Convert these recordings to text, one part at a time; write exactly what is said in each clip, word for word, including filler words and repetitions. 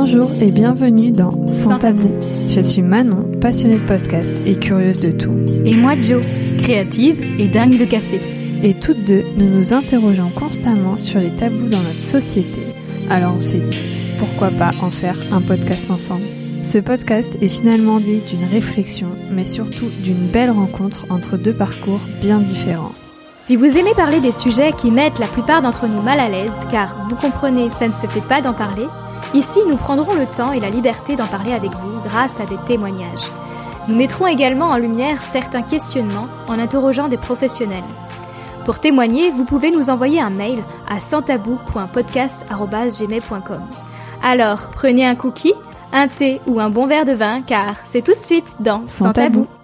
Bonjour et bienvenue dans Sans Tabou. Je suis Manon, passionnée de podcast et curieuse de tout. Et moi Jo, créative et dingue de café. Et toutes deux, nous nous interrogeons constamment sur les tabous dans notre société. Alors on s'est dit, pourquoi pas en faire un podcast ensemble ? Ce podcast est finalement né d'une réflexion, mais surtout d'une belle rencontre entre deux parcours bien différents. Si vous aimez parler des sujets qui mettent la plupart d'entre nous mal à l'aise, car vous comprenez, ça ne se fait pas d'en parler, ici nous prendrons le temps et la liberté d'en parler avec vous grâce à des témoignages. Nous mettrons également en lumière certains questionnements en interrogeant des professionnels. Pour témoigner, vous pouvez nous envoyer un mail à sans tabou point podcast arobase gmail point com. Alors, prenez un cookie, un thé ou un bon verre de vin, car c'est tout de suite dans Sans, Sans tabou. tabou.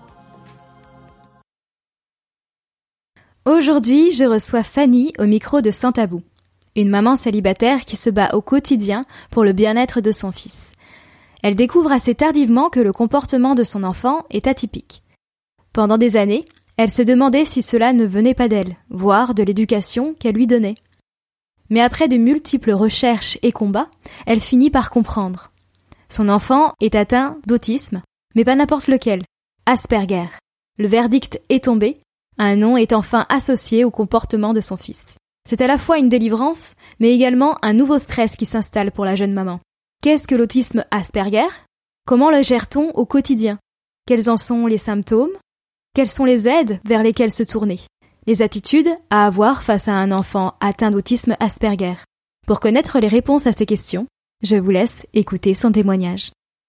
Aujourd'hui, je reçois Fanny au micro de Sans Tabou, une maman célibataire qui se bat au quotidien pour le bien-être de son fils. Elle découvre assez tardivement que le comportement de son enfant est atypique. Pendant des années, elle s'est demandé si cela ne venait pas d'elle, voire de l'éducation qu'elle lui donnait. Mais après de multiples recherches et combats, elle finit par comprendre. Son enfant est atteint d'autisme, mais pas n'importe lequel, Asperger. Le verdict est tombé. Un nom est enfin associé au comportement de son fils. C'est à la fois une délivrance, mais également un nouveau stress qui s'installe pour la jeune maman. Qu'est-ce que l'autisme Asperger ? Comment le gère-t-on au quotidien ? Quels en sont les symptômes ? Quelles sont les aides vers lesquelles se tourner ? Les attitudes à avoir face à un enfant atteint d'autisme Asperger ? Pour connaître les réponses à ces questions, je vous laisse écouter son témoignage.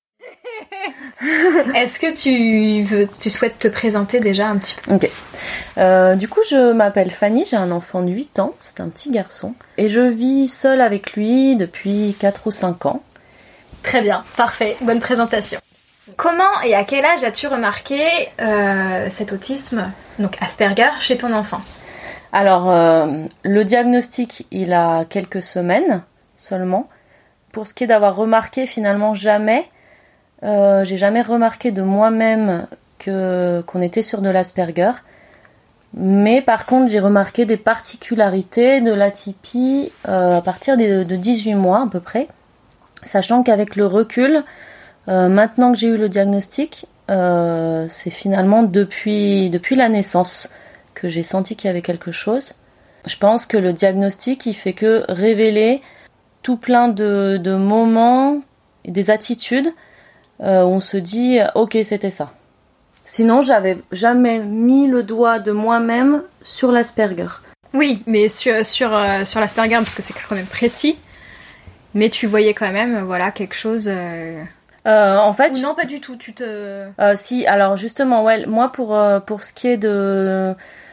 Est-ce que tu veux, tu souhaites te présenter déjà un petit peu ? Ok. Euh, du coup, je m'appelle Fanny, j'ai un enfant de huit ans, c'est un petit garçon, et je vis seule avec lui depuis quatre ou cinq ans. Très bien, parfait, bonne présentation. Comment et à quel âge as-tu remarqué euh, cet autisme, donc Asperger, chez ton enfant ? Alors, euh, le diagnostic, il a quelques semaines seulement. Pour ce qui est d'avoir remarqué, finalement, jamais... Euh, j'ai jamais remarqué de moi-même que, qu'on était sur de l'Asperger, mais par contre j'ai remarqué des particularités de l'atypie euh, à partir de, de dix-huit mois à peu près, sachant qu'avec le recul, euh, maintenant que j'ai eu le diagnostic, euh, c'est finalement depuis, depuis la naissance que j'ai senti qu'il y avait quelque chose. Je pense que le diagnostic il fait que révéler tout plein de, de moments et des attitudes Euh, on se dit ok c'était ça. Sinon j'avais jamais mis le doigt de moi-même sur l'Asperger. Oui, mais sur sur euh, sur l'Asperger parce que c'est quand même précis. Mais tu voyais quand même voilà quelque chose. Euh... Euh, en fait. Ou non pas du tout. Tu te. Euh, si alors justement ouais moi pour euh, pour ce qui est de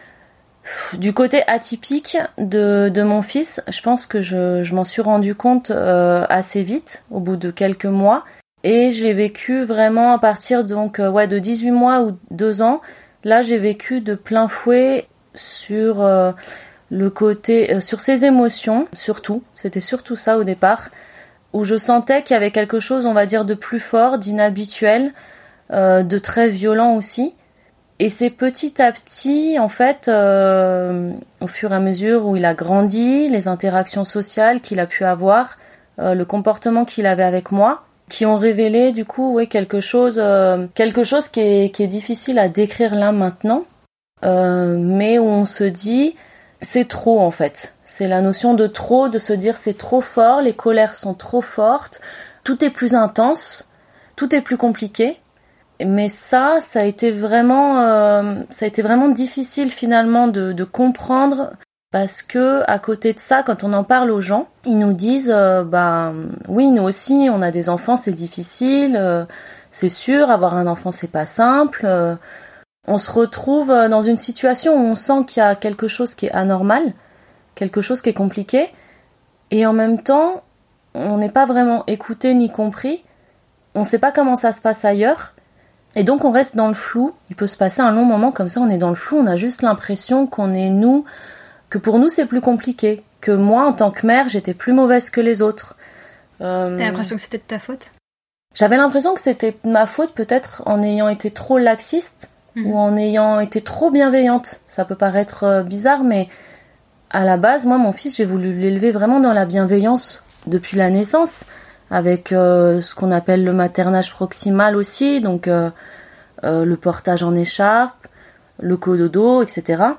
du côté atypique de de mon fils, je pense que je je m'en suis rendu compte euh, assez vite au bout de quelques mois. Et j'ai vécu vraiment à partir donc euh, ouais de dix-huit mois ou deux ans, là j'ai vécu de plein fouet sur euh, le côté euh, sur ses émotions surtout, c'était surtout ça au départ où je sentais qu'il y avait quelque chose on va dire de plus fort, d'inhabituel, euh, de très violent aussi. Et c'est petit à petit en fait euh, au fur et à mesure où il a grandi, les interactions sociales qu'il a pu avoir, euh, le comportement qu'il avait avec moi, qui ont révélé du coup ouais, quelque chose euh, quelque chose qui est, qui est difficile à décrire là maintenant, euh, mais où on se dit c'est trop en fait. C'est la notion de trop, de se dire c'est trop fort, les colères sont trop fortes, tout est plus intense, tout est plus compliqué. Mais ça, ça a été vraiment, euh, ça a été vraiment difficile finalement de, de comprendre. Parce que à côté de ça, quand on en parle aux gens, ils nous disent euh, bah oui, nous aussi, on a des enfants, c'est difficile, euh, c'est sûr, avoir un enfant c'est pas simple. Euh, on se retrouve dans une situation où on sent qu'il y a quelque chose qui est anormal, quelque chose qui est compliqué, et en même temps, on n'est pas vraiment écouté ni compris. On sait pas comment ça se passe ailleurs, et donc on reste dans le flou. Il peut se passer un long moment comme ça, on est dans le flou, on a juste l'impression qu'on est nous. Que pour nous c'est plus compliqué, que moi en tant que mère j'étais plus mauvaise que les autres. Euh... T'as l'impression que c'était de ta faute ? J'avais l'impression que c'était de ma faute peut-être en ayant été trop laxiste mmh. ou en ayant été trop bienveillante. Ça peut paraître bizarre mais à la base moi mon fils j'ai voulu l'élever vraiment dans la bienveillance depuis la naissance. avec euh, ce qu'on appelle le maternage proximal aussi, donc euh, euh, le portage en écharpe, le cododo, et cetera.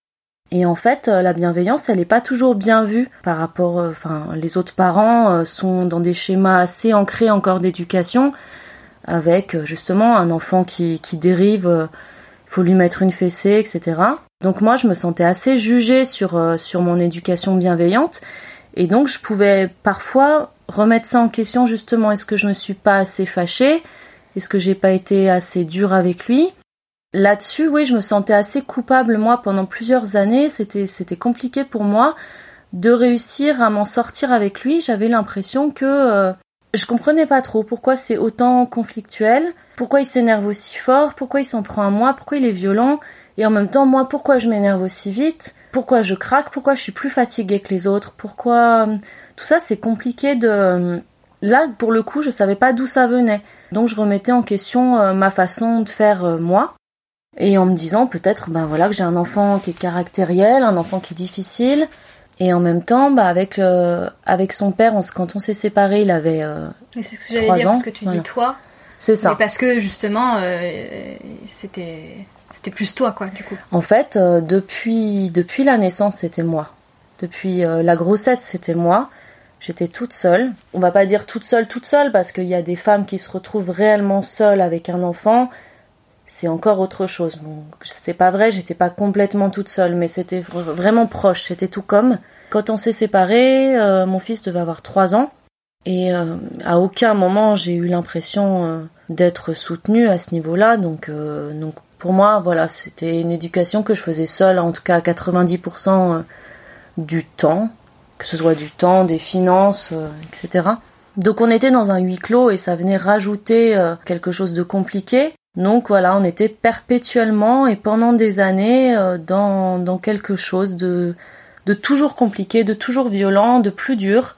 Et en fait, euh, la bienveillance, elle n'est pas toujours bien vue par rapport... Enfin, euh, les autres parents euh, sont dans des schémas assez ancrés encore d'éducation, avec euh, justement un enfant qui, qui dérive, il euh, faut lui mettre une fessée, et cetera. Donc moi, je me sentais assez jugée sur, euh, sur mon éducation bienveillante, et donc je pouvais parfois remettre ça en question, justement. Est-ce que je me suis pas assez fâchée ? Est-ce que j'ai pas été assez dure avec lui ? Là-dessus, oui, je me sentais assez coupable, moi, pendant plusieurs années. C'était, c'était compliqué pour moi de réussir à m'en sortir avec lui. J'avais l'impression que euh, je comprenais pas trop pourquoi c'est autant conflictuel, pourquoi il s'énerve aussi fort, pourquoi il s'en prend à moi, pourquoi il est violent, et en même temps, moi, pourquoi je m'énerve aussi vite, pourquoi je craque, pourquoi je suis plus fatiguée que les autres, pourquoi... Tout ça, c'est compliqué de... Là, pour le coup, je savais pas d'où ça venait. Donc, je remettais en question euh, ma façon de faire euh, moi. Et en me disant peut-être ben voilà que j'ai un enfant qui est caractériel, un enfant qui est difficile, et en même temps bah avec euh, avec son père, on, quand on s'est séparés, il avait euh, mais c'est ce que j'allais dire, ans, parce que tu voilà. dis toi, c'est ça. Mais parce que justement euh, c'était c'était plus toi quoi du coup. En fait, euh, depuis depuis la naissance, c'était moi. Depuis euh, la grossesse, c'était moi. J'étais toute seule. On va pas dire toute seule, toute seule, parce qu'il y a des femmes qui se retrouvent réellement seules avec un enfant. C'est encore autre chose. Bon, c'est pas vrai, j'étais pas complètement toute seule, mais c'était vraiment proche, c'était tout comme. Quand on s'est séparés, euh, mon fils devait avoir trois ans, et euh, à aucun moment j'ai eu l'impression euh, d'être soutenue à ce niveau-là, donc, euh, donc pour moi, voilà, c'était une éducation que je faisais seule, en tout cas à quatre-vingt-dix pour cent du temps, que ce soit du temps, des finances, euh, et cetera. Donc on était dans un huis clos, et ça venait rajouter euh, quelque chose de compliqué. Donc voilà, on était perpétuellement et pendant des années euh, dans, dans quelque chose de, de toujours compliqué, de toujours violent, de plus dur.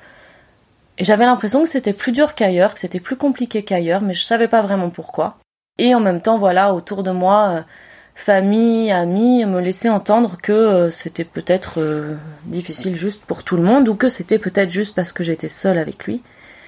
Et j'avais l'impression que c'était plus dur qu'ailleurs, que c'était plus compliqué qu'ailleurs, mais je savais pas vraiment pourquoi. Et en même temps, voilà, autour de moi, euh, famille, amis, me laissaient entendre que euh, c'était peut-être euh, difficile juste pour tout le monde, ou que c'était peut-être juste parce que j'étais seule avec lui.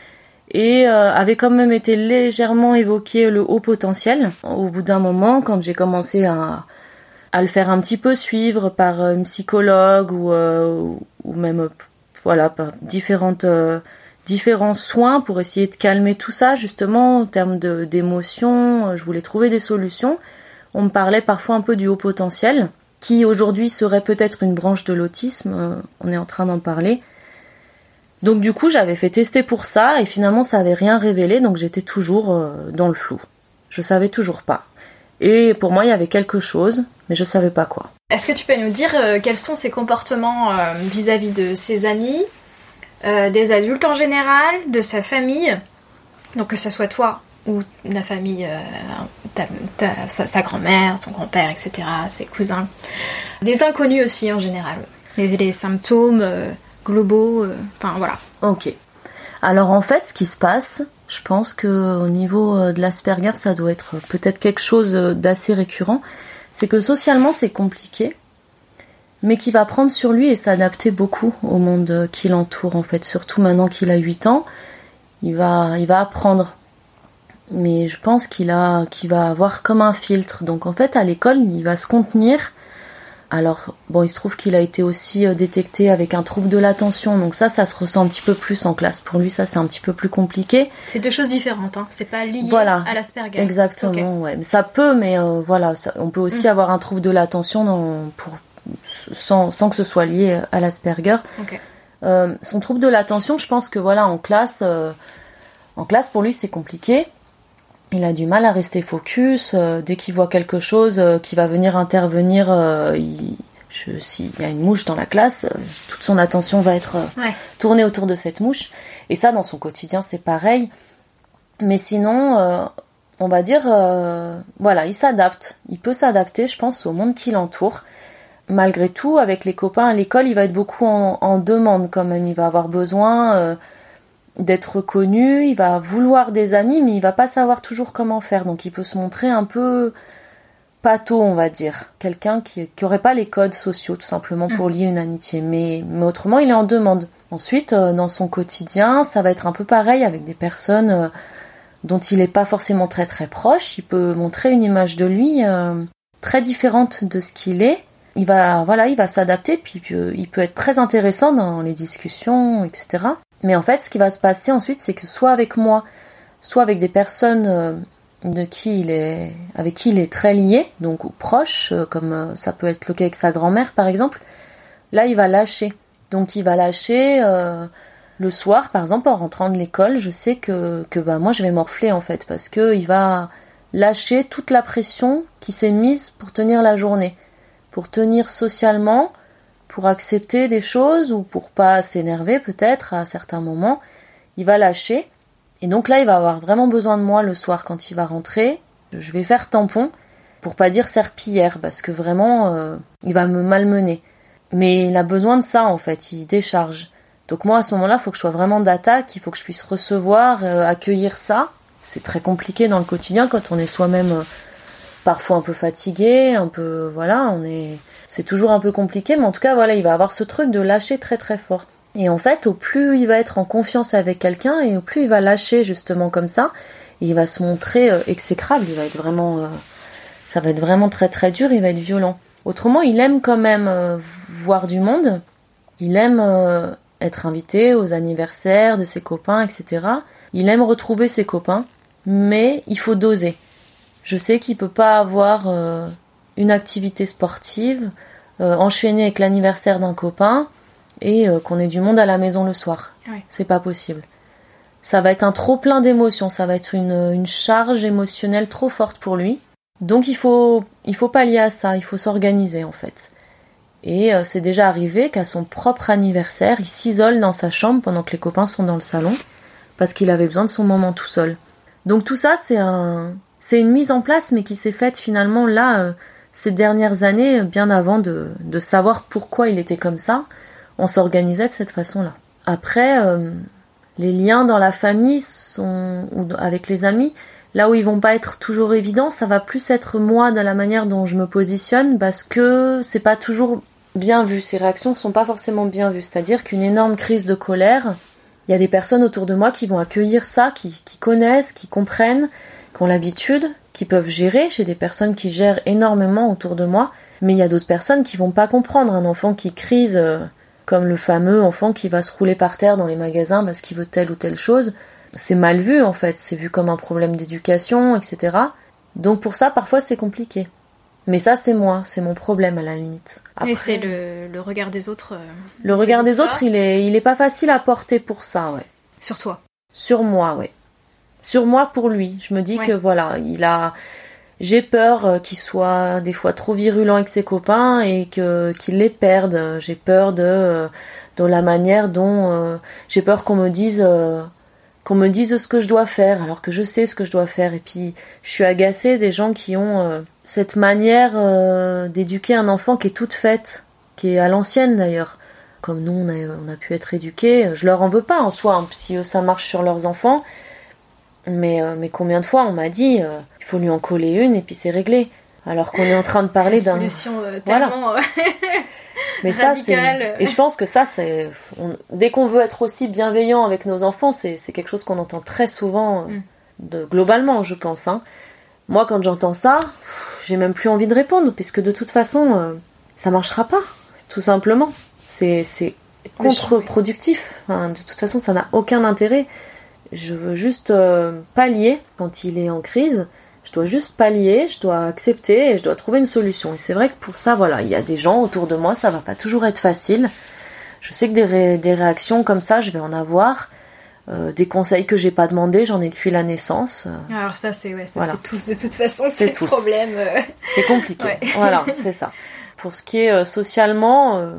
Et euh, avait quand même été légèrement évoqué le haut potentiel. Au bout d'un moment, quand j'ai commencé à, à le faire un petit peu suivre par une psychologue ou, euh, ou même euh, voilà, par différentes, euh, différents soins pour essayer de calmer tout ça, justement en termes de, d'émotions, je voulais trouver des solutions. On me parlait parfois un peu du haut potentiel, qui aujourd'hui serait peut-être une branche de l'autisme, euh, on est en train d'en parler. Donc du coup, j'avais fait tester pour ça et finalement, ça avait rien révélé, donc j'étais toujours euh, dans le flou. Je savais toujours pas. Et pour moi, il y avait quelque chose, mais je savais pas quoi. Est-ce que tu peux nous dire euh, quels sont ses comportements euh, vis-à-vis de ses amis, euh, des adultes en général, de sa famille, donc que ce soit toi ou la famille, euh, ta, ta, sa, sa grand-mère, son grand-père, et cetera, ses cousins, des inconnus aussi en général, les, les symptômes... Euh, globaux, euh, enfin voilà. Ok. Alors en fait, ce qui se passe, je pense que au niveau de l'Asperger, ça doit être peut-être quelque chose d'assez récurrent, c'est que socialement c'est compliqué, mais qu'il va prendre sur lui et s'adapter beaucoup au monde qui l'entoure en fait, surtout maintenant qu'il a huit ans, il va, il va apprendre. Mais je pense qu'il a, qu'il va avoir comme un filtre. Donc en fait, à l'école, il va se contenir. Alors, bon, il se trouve qu'il a été aussi détecté avec un trouble de l'attention, donc ça, ça se ressent un petit peu plus en classe. Pour lui, ça, c'est un petit peu plus compliqué. C'est deux choses différentes, hein. C'est pas lié voilà, à l'Asperger. Exactement, okay. Ouais. Ça peut, mais euh, voilà, ça, on peut aussi mmh. avoir un trouble de l'attention dans, pour, sans, sans que ce soit lié à l'Asperger. Okay. Euh, son trouble de l'attention, je pense que voilà, en classe, euh, en classe, pour lui, c'est compliqué. Il a du mal à rester focus. Euh, dès qu'il voit quelque chose euh, qui va venir intervenir, euh, il, je, s'il y a une mouche dans la classe, euh, toute son attention va être euh, ouais. tournée autour de cette mouche. Et ça, dans son quotidien, c'est pareil. Mais sinon, euh, on va dire, euh, voilà, il s'adapte. Il peut s'adapter, je pense, au monde qui l'entoure. Malgré tout, avec les copains à l'école, il va être beaucoup en, en demande quand même. Il va avoir besoin... Euh, d'être reconnu, il va vouloir des amis, mais il va pas savoir toujours comment faire, donc il peut se montrer un peu pâteau, on va dire. Quelqu'un qui, qui aurait pas les codes sociaux, tout simplement, pour lier une amitié. Mais, mais autrement, il est en demande. Ensuite, euh, dans son quotidien, ça va être un peu pareil avec des personnes euh, dont il n'est pas forcément très très proche. Il peut montrer une image de lui euh, très différente de ce qu'il est. Il va, voilà, il va s'adapter, puis euh, il peut être très intéressant dans les discussions, et cetera. Mais en fait, ce qui va se passer ensuite, c'est que soit avec moi, soit avec des personnes euh, de qui il est, avec qui il est très lié, donc ou proche, euh, comme euh, ça peut être le cas avec sa grand-mère par exemple, là il va lâcher. Donc il va lâcher euh, le soir, par exemple, en rentrant de l'école, je sais que, que bah, moi je vais morfler en fait, parce que il va lâcher toute la pression qui s'est mise pour tenir la journée, pour tenir socialement, pour accepter des choses ou pour pas s'énerver peut-être à certains moments. Il va lâcher. Et donc là, il va avoir vraiment besoin de moi le soir quand il va rentrer. Je vais faire tampon, pour pas dire serpillière, parce que vraiment, euh, il va me malmener. Mais il a besoin de ça, en fait, il décharge. Donc moi, à ce moment-là, il faut que je sois vraiment d'attaque, il faut que je puisse recevoir, euh, accueillir ça. C'est très compliqué dans le quotidien quand on est soi-même euh, parfois un peu fatigué, un peu... Voilà, on est... C'est toujours un peu compliqué, mais en tout cas, voilà, il va avoir ce truc de lâcher très très fort. Et en fait, au plus il va être en confiance avec quelqu'un, et au plus il va lâcher justement comme ça, il va se montrer euh, exécrable, il va être vraiment... Euh, ça va être vraiment très très dur, il va être violent. Autrement, il aime quand même euh, voir du monde, il aime euh, être invité aux anniversaires de ses copains, et cetera. Il aime retrouver ses copains, mais il faut doser. Je sais qu'il peut pas avoir... Euh, une activité sportive, euh, enchaînée avec l'anniversaire d'un copain et euh, qu'on ait du monde à la maison le soir. Ouais. C'est pas possible. Ça va être un trop plein d'émotions, ça va être une, une charge émotionnelle trop forte pour lui. Donc il faut, il faut pallier à ça, il faut s'organiser en fait. Et euh, c'est déjà arrivé qu'à son propre anniversaire, il s'isole dans sa chambre pendant que les copains sont dans le salon parce qu'il avait besoin de son moment tout seul. Donc tout ça, c'est un, c'est une mise en place, mais qui s'est faite finalement là... Euh, ces dernières années, bien avant de, de savoir pourquoi il était comme ça, on s'organisait de cette façon-là. Après, euh, les liens dans la famille sont, ou avec les amis, là où ils vont pas être toujours évidents, ça va plus être moi dans la manière dont je me positionne, parce que c'est pas toujours bien vu, ces réactions sont pas forcément bien vues. C'est-à-dire qu'une énorme crise de colère, il y a des personnes autour de moi qui vont accueillir ça, qui, qui connaissent, qui comprennent, qui ont l'habitude, qui peuvent gérer. J'ai des personnes qui gèrent énormément autour de moi, mais il y a d'autres personnes qui vont pas comprendre. Un enfant qui crise, euh, comme le fameux enfant qui va se rouler par terre dans les magasins parce qu'il veut telle ou telle chose, c'est mal vu en fait, c'est vu comme un problème d'éducation, et cetera. Donc pour ça, parfois c'est compliqué. Mais ça, c'est moi, c'est mon problème à la limite. Après, et c'est le, le regard des autres. Euh, le regard des autres, il est, il est pas facile à porter pour ça, ouais. Sur toi. Sur moi, ouais. Sur moi pour lui. Je me dis ouais. que voilà, il a... J'ai peur qu'il soit des fois trop virulent avec ses copains et que qu'il les perde. J'ai peur de, de la manière dont... Euh, j'ai peur qu'on me dise... Euh, qu'on me dise ce que je dois faire, alors que je sais ce que je dois faire. Et puis, je suis agacée des gens qui ont euh, cette manière euh, d'éduquer un enfant qui est toute faite, qui est à l'ancienne d'ailleurs. Comme nous, on a, on a pu être éduqués. Je leur en veux pas en soi, hein, si eux, ça marche sur leurs enfants. Mais, euh, mais combien de fois on m'a dit euh, il faut lui en coller une et puis c'est réglé. Alors qu'on est en train de parler d'un... Solution euh, tellement... Voilà. Mais ça, c'est... Et je pense que ça, c'est... On... Dès qu'on veut être aussi bienveillant avec nos enfants, c'est, c'est quelque chose qu'on entend très souvent, mm. de... globalement, je pense. Hein. Moi, quand j'entends ça, pff, j'ai même plus envie de répondre, puisque de toute façon, euh, ça marchera pas, tout simplement. C'est, c'est contre-productif. Enfin, de toute façon, ça n'a aucun intérêt. Je veux juste euh, pallier quand il est en crise. Je dois juste pallier, je dois accepter et je dois trouver une solution. Et c'est vrai que pour ça, voilà, il y a des gens autour de moi, ça va pas toujours être facile. Je sais que des, ré- des réactions comme ça, je vais en avoir. Euh, des conseils que j'ai pas demandé, j'en ai depuis la naissance. Alors ça, c'est, ouais, ça, voilà. c'est tous, de toute façon, c'est, c'est le tous. problème. Euh... C'est compliqué. Ouais. Voilà, c'est ça. Pour ce qui est euh, socialement, euh, mm.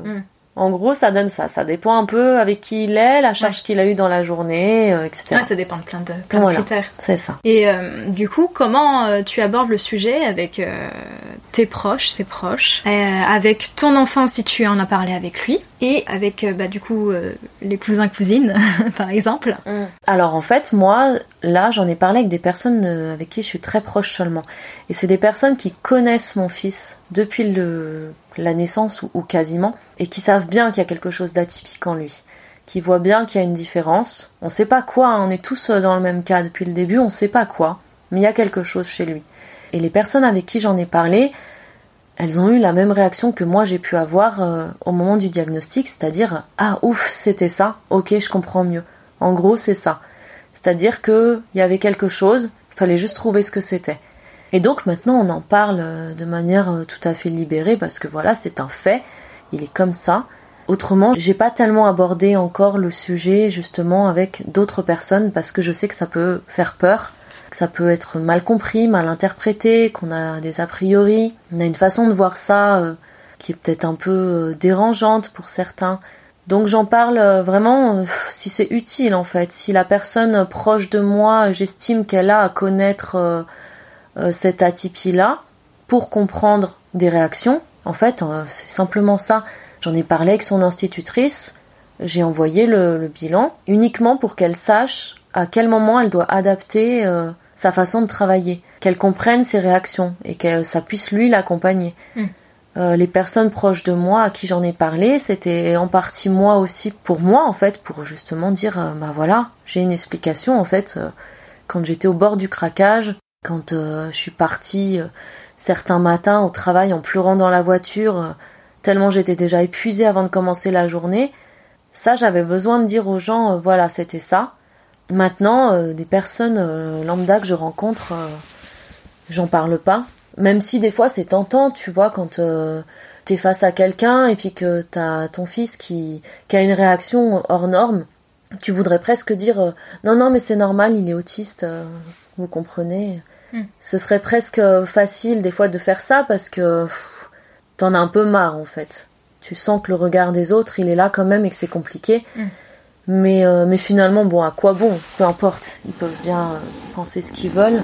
En gros, ça donne ça. Ça dépend un peu avec qui il est, la charge ouais. qu'il a eue dans la journée, euh, et cetera. Ouais, ça dépend de plein de, plein voilà, de critères. C'est ça. Et euh, du coup, comment euh, tu abordes le sujet avec euh, tes proches, ses proches, euh, avec ton enfant si tu en as parlé avec lui, et avec euh, bah, du coup euh, les cousins cousines, par exemple. Mmh. Alors en fait, moi, là, j'en ai parlé avec des personnes euh, avec qui je suis très proche seulement. Et c'est des personnes qui connaissent mon fils depuis le... la naissance ou, ou quasiment, et qui savent bien qu'il y a quelque chose d'atypique en lui, qui voient bien qu'il y a une différence. On sait pas quoi, hein, on est tous dans le même cas depuis le début, on sait pas quoi, mais il y a quelque chose chez lui. Et les personnes avec qui j'en ai parlé, elles ont eu la même réaction que moi j'ai pu avoir euh, au moment du diagnostic, c'est-à-dire « Ah ouf, c'était ça, ok, je comprends mieux ». En gros, c'est ça. C'est-à-dire qu'il y avait quelque chose, il fallait juste trouver ce que c'était. Et donc maintenant on en parle de manière tout à fait libérée parce que voilà, c'est un fait, il est comme ça. Autrement, j'ai pas tellement abordé encore le sujet justement avec d'autres personnes parce que je sais que ça peut faire peur, que ça peut être mal compris, mal interprété, qu'on a des a priori, on a une façon de voir ça euh, qui est peut-être un peu euh, dérangeante pour certains. Donc j'en parle vraiment euh, si c'est utile en fait, si la personne proche de moi, j'estime qu'elle a à connaître euh, Euh, cette atypie-là, pour comprendre des réactions. En fait, euh, c'est simplement ça. J'en ai parlé avec son institutrice, j'ai envoyé le, le bilan, uniquement pour qu'elle sache à quel moment elle doit adapter euh, sa façon de travailler, qu'elle comprenne ses réactions et que ça puisse lui l'accompagner. Mmh. Euh, les personnes proches de moi à qui j'en ai parlé, c'était en partie moi aussi, pour moi en fait, pour justement dire, euh, bah voilà, j'ai une explication en fait, euh, quand j'étais au bord du craquage, quand euh, je suis partie euh, certains matins au travail en pleurant dans la voiture, euh, tellement j'étais déjà épuisée avant de commencer la journée, ça j'avais besoin de dire aux gens, euh, voilà, c'était ça. Maintenant, euh, des personnes euh, lambda que je rencontre, euh, j'en parle pas. Même si des fois c'est tentant, tu vois, quand euh, t'es face à quelqu'un et puis que t'as ton fils qui, qui a une réaction hors norme, tu voudrais presque dire euh, non, non, mais c'est normal, il est autiste, euh, vous comprenez. Mm. Ce serait presque facile des fois de faire ça parce que pff, t'en as un peu marre en fait. Tu sens que le regard des autres, il est là quand même et que c'est compliqué. Mm. Mais, euh, mais finalement, bon, à quoi bon ? Peu importe, ils peuvent bien euh, penser ce qu'ils veulent.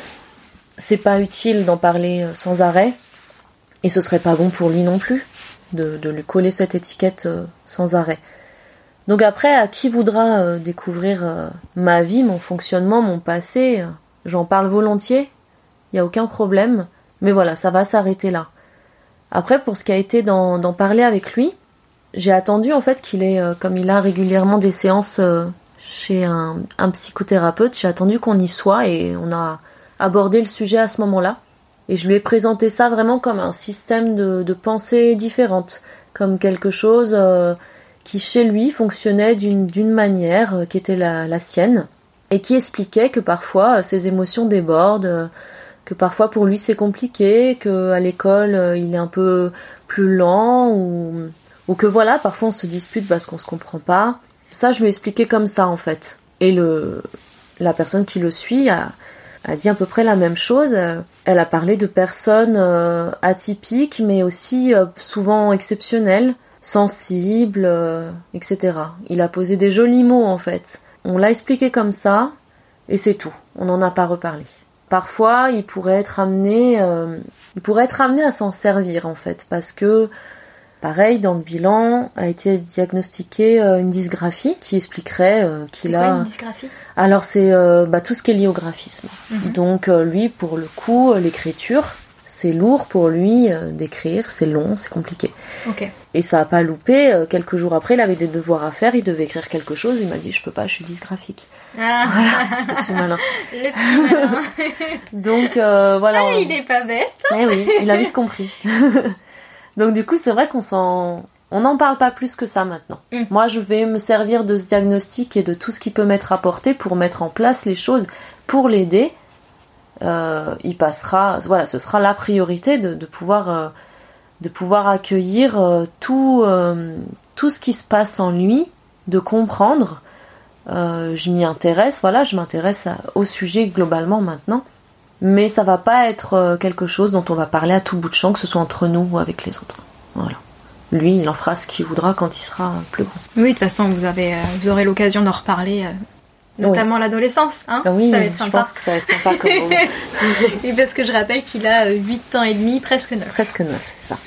C'est pas utile d'en parler euh, sans arrêt. Et ce serait pas bon pour lui non plus de, de lui coller cette étiquette euh, sans arrêt. Donc après, à qui voudra euh, découvrir euh, ma vie, mon fonctionnement, mon passé, euh, j'en parle volontiers, il n'y a aucun problème, mais voilà, ça va s'arrêter là. Après, pour ce qui a été d'en, d'en parler avec lui, j'ai attendu en fait qu'il ait, euh, comme il a régulièrement des séances euh, chez un, un psychothérapeute, j'ai attendu qu'on y soit et on a abordé le sujet à ce moment-là. Et je lui ai présenté ça vraiment comme un système de, de pensée différente, comme quelque chose... Euh, qui chez lui fonctionnait d'une, d'une manière euh, qui était la, la sienne et qui expliquait que parfois euh, ses émotions débordent, euh, que parfois pour lui c'est compliqué, qu'à l'école euh, il est un peu plus lent ou, ou que voilà, parfois on se dispute parce qu'on se comprend pas. Ça je lui ai expliqué comme ça en fait. Et le, la personne qui le suit a, a dit à peu près la même chose. Elle a parlé de personnes euh, atypiques mais aussi euh, souvent exceptionnelles, sensible, euh, et cetera. Il a posé des jolis mots en fait. On l'a expliqué comme ça, et c'est tout. On n'en a pas reparlé. Parfois, il pourrait être amené, euh, il pourrait être amené à s'en servir en fait, parce que, pareil, dans le bilan, a été diagnostiqué euh, une dysgraphie qui expliquerait euh, qu'il c'est a. Quoi une dysgraphie ? Alors c'est euh, bah, tout ce qui est lié au graphisme. Mm-hmm. Donc euh, lui, pour le coup, l'écriture. C'est lourd pour lui euh, d'écrire, c'est long, c'est compliqué. Okay. Et ça a pas loupé. Euh, quelques jours après, il avait des devoirs à faire, il devait écrire quelque chose. Il m'a dit, je peux pas, je suis dysgraphique. Ah. Voilà, petit malin. Le petit malin. Donc euh, voilà. Ah, il est pas bête. Eh oui, il a vite compris. Donc du coup, c'est vrai qu'on s'en, on n'en parle pas plus que ça maintenant. Mm. Moi, je vais me servir de ce diagnostic et de tout ce qui peut m'être apporté pour mettre en place les choses pour l'aider. Euh, il passera, voilà, ce sera la priorité de, de pouvoir, euh, de pouvoir accueillir euh, tout, euh, tout ce qui se passe en lui, de comprendre. Euh, je m'y intéresse, voilà, je m'intéresse à, au sujet globalement maintenant, mais ça va pas être euh, quelque chose dont on va parler à tout bout de champ, que ce soit entre nous ou avec les autres. Voilà. lui, il en fera ce qu'il voudra quand il sera plus grand. Oui, de toute façon, vous, avez, vous aurez l'occasion d'en reparler, euh, notamment oui. à l'adolescence. Hein, oui, ça va être sympa. Je pense que ça va être sympa comme moment. Et parce que je rappelle qu'il a huit ans et demi, presque neuf. Presque neuf, c'est ça.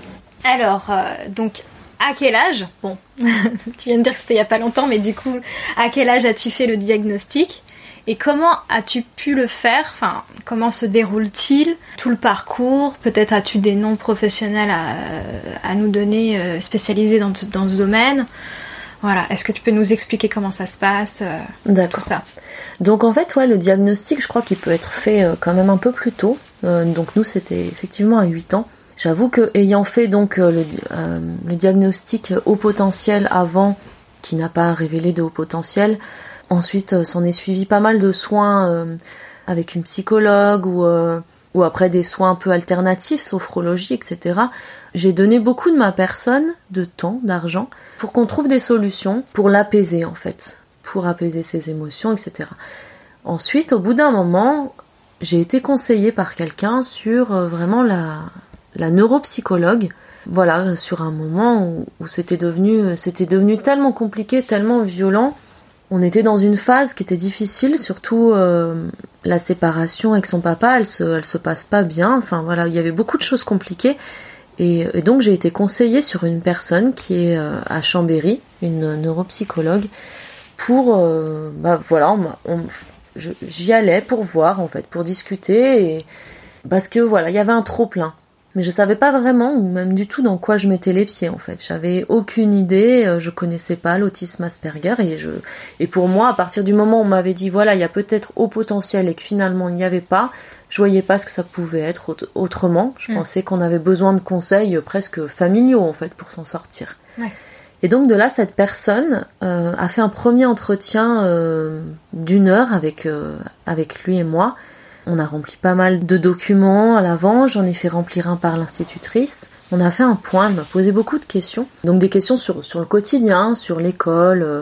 Alors, euh, donc, à quel âge, bon, tu viens de dire que c'était il n'y a pas longtemps, mais du coup, à quel âge as-tu fait le diagnostic ? Et comment as-tu pu le faire ? Enfin, comment se déroule-t-il ? Tout le parcours ? Peut-être as-tu des noms professionnels à, à nous donner, euh, spécialisés dans, dans ce domaine ? Voilà, est-ce que tu peux nous expliquer comment ça se passe, euh, D'accord. tout ça ? Donc en fait, ouais, le diagnostic, je crois qu'il peut être fait euh, quand même un peu plus tôt. Euh, donc nous, c'était effectivement à huit ans. J'avoue que ayant fait donc euh, le, euh, le diagnostic haut potentiel avant, qui n'a pas révélé de haut potentiel, ensuite euh, s'en est suivi pas mal de soins euh, avec une psychologue ou, euh, ou après des soins un peu alternatifs, sophrologie, et cetera. J'ai donné beaucoup de ma personne, de temps, d'argent, pour qu'on trouve des solutions pour l'apaiser en fait, pour apaiser ses émotions, et cetera. Ensuite, au bout d'un moment, j'ai été conseillée par quelqu'un sur euh, vraiment la... la neuropsychologue, voilà, sur un moment où, où c'était devenu, c'était devenu tellement compliqué, tellement violent. On était dans une phase qui était difficile, surtout euh, la séparation avec son papa, elle se, elle se passe pas bien. Enfin voilà, il y avait beaucoup de choses compliquées. Et, et donc j'ai été conseillée sur une personne qui est euh, à Chambéry, une neuropsychologue, pour, euh, bah voilà, on, on, je, j'y allais pour voir en fait, pour discuter, et, parce que voilà, il y avait un trop plein. Mais je savais pas vraiment, ou même du tout, dans quoi je mettais les pieds, en fait. J'avais aucune idée, je connaissais pas l'autisme Asperger, et je, et pour moi, à partir du moment où on m'avait dit, voilà, il y a peut-être haut potentiel, et que finalement, il n'y avait pas, je voyais pas ce que ça pouvait être autrement. Je mmh. pensais qu'on avait besoin de conseils presque familiaux, en fait, pour s'en sortir. Ouais. Et donc, de là, cette personne euh, a fait un premier entretien euh, d'une heure avec, euh, avec lui et moi. On a rempli pas mal de documents à l'avant, j'en ai fait remplir un par l'institutrice. On a fait un point, elle m'a posé beaucoup de questions. Donc des questions sur, sur le quotidien, sur l'école, euh,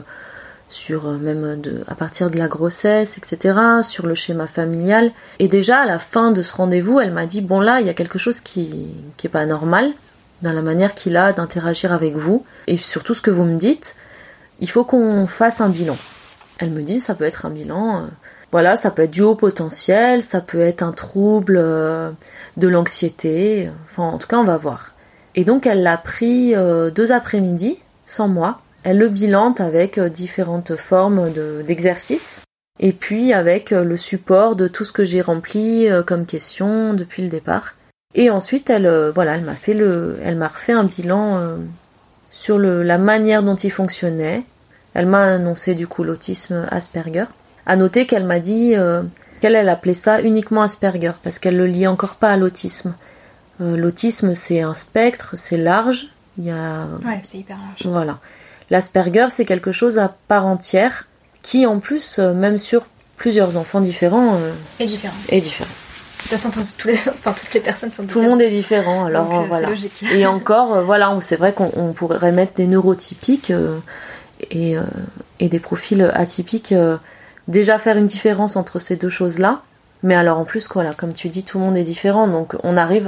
sur euh, même de, à partir de la grossesse, et cetera, sur le schéma familial. Et déjà, à la fin de ce rendez-vous, elle m'a dit, bon là, il y a quelque chose qui qui est pas normal dans la manière qu'il a d'interagir avec vous. Et surtout ce que vous me dites, il faut qu'on fasse un bilan. Elle me dit, ça peut être un bilan... Euh, Voilà, ça peut être du haut potentiel, ça peut être un trouble euh, de l'anxiété, enfin en tout cas on va voir. Et donc elle l'a pris euh, deux après-midi, sans moi. Elle le bilante avec euh, différentes formes de, d'exercices, et puis avec euh, le support de tout ce que j'ai rempli euh, comme question depuis le départ. Et ensuite elle, euh, voilà, elle m'a fait le, elle m'a refait un bilan euh, sur le, la manière dont il fonctionnait. Elle m'a annoncé du coup l'autisme Asperger. À noter qu'elle m'a dit euh, qu'elle elle appelait ça uniquement Asperger, parce qu'elle le lie encore pas à l'autisme. Euh, l'autisme, c'est un spectre, c'est large. Il y a... Ouais, c'est hyper large. Voilà. L'Asperger, c'est quelque chose à part entière, qui en plus, euh, même sur plusieurs enfants différents... Euh, est différent. Est différent. De toute façon, tous, tous les, enfin, toutes les personnes sont différentes. Tout le monde est différent, alors donc, euh, voilà. C'est logique. Et encore, euh, voilà, c'est vrai qu'on on pourrait mettre des neurotypiques euh, et, euh, et des profils atypiques... Euh, déjà faire une différence entre ces deux choses-là, mais alors en plus, voilà, comme tu dis, tout le monde est différent, donc on arrive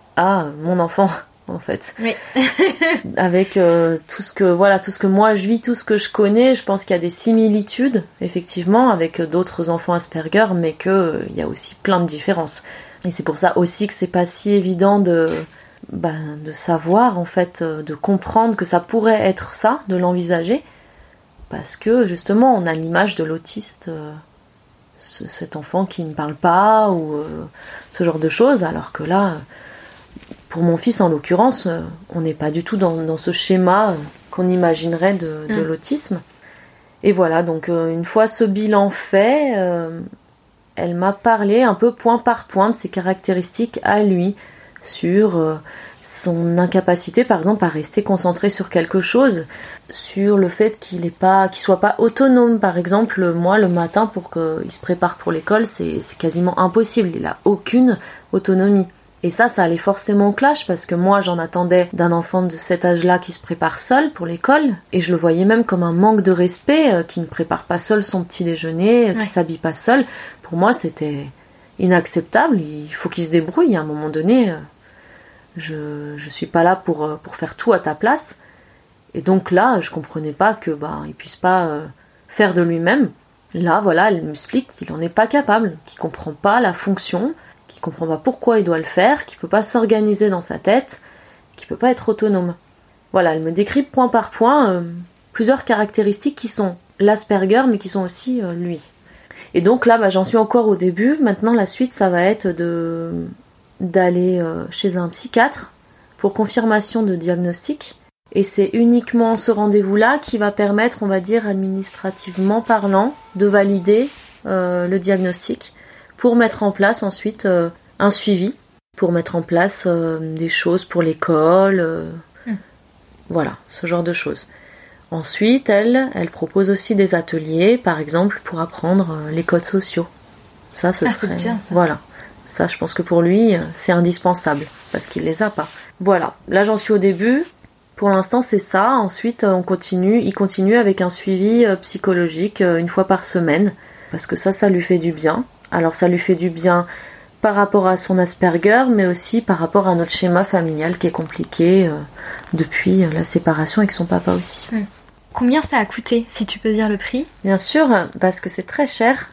à mon enfant, en fait. Oui. Avec euh, tout ce que, voilà, tout ce que moi je vis, tout ce que je connais, je pense qu'il y a des similitudes, effectivement, avec d'autres enfants Asperger, mais qu'il euh, y a aussi plein de différences. Et c'est pour ça aussi que c'est pas si évident de, bah, de savoir, en fait, de comprendre que ça pourrait être ça, de l'envisager, parce que justement on a l'image de l'autiste, euh, ce, cet enfant qui ne parle pas ou euh, ce genre de choses, alors que là, pour mon fils en l'occurrence, euh, on n'est pas du tout dans, dans ce schéma euh, qu'on imaginerait de, de mmh. l'autisme. Et voilà, donc euh, une fois ce bilan fait, euh, elle m'a parlé un peu point par point de ses caractéristiques à lui, sur... Euh, son incapacité par exemple à rester concentré sur quelque chose, sur le fait qu'il est pas, qu'il soit pas autonome par exemple. Moi le matin pour qu'il se prépare pour l'école, c'est, c'est quasiment impossible, il a aucune autonomie. Et ça, ça allait forcément au clash parce que moi j'en attendais d'un enfant de cet âge-là qui se prépare seul pour l'école, et je le voyais même comme un manque de respect, euh, qui ne prépare pas seul son petit déjeuner, euh, qui ouais. s'habille pas seul. Pour moi c'était inacceptable, il faut qu'il se débrouille à un moment donné. Euh, Je je suis pas là pour pour faire tout à ta place. Et donc là, je comprenais pas que bah il puisse pas euh, faire de lui-même. Là, voilà, elle m'explique qu'il en est pas capable, qu'il comprend pas la fonction, qu'il comprend pas pourquoi il doit le faire, qu'il peut pas s'organiser dans sa tête, qu'il peut pas être autonome. Voilà, elle me décrit point par point euh, plusieurs caractéristiques qui sont l'Asperger, mais qui sont aussi euh, lui. Et donc là, bah, j'en suis encore au début. Maintenant, la suite, ça va être de d'aller euh, chez un psychiatre pour confirmation de diagnostic. Et c'est uniquement ce rendez-vous-là qui va permettre, on va dire, administrativement parlant, de valider euh, le diagnostic pour mettre en place ensuite euh, un suivi, pour mettre en place euh, des choses pour l'école, euh, mmh. voilà, ce genre de choses. Ensuite, elle, elle propose aussi des ateliers, par exemple, pour apprendre euh, les codes sociaux. Ça, ce ah, serait... c'est bien, ça. Voilà. Ça, je pense que pour lui, c'est indispensable, parce qu'il les a pas. Voilà, là j'en suis au début. Pour l'instant, c'est ça. Ensuite, on continue. Il continue avec un suivi psychologique une fois par semaine. Parce que ça, ça lui fait du bien. Alors, ça lui fait du bien par rapport à son Asperger, mais aussi par rapport à notre schéma familial qui est compliqué euh, depuis la séparation avec son papa aussi. Mmh. Combien ça a coûté, si tu peux dire le prix ? Bien sûr, parce que c'est très cher.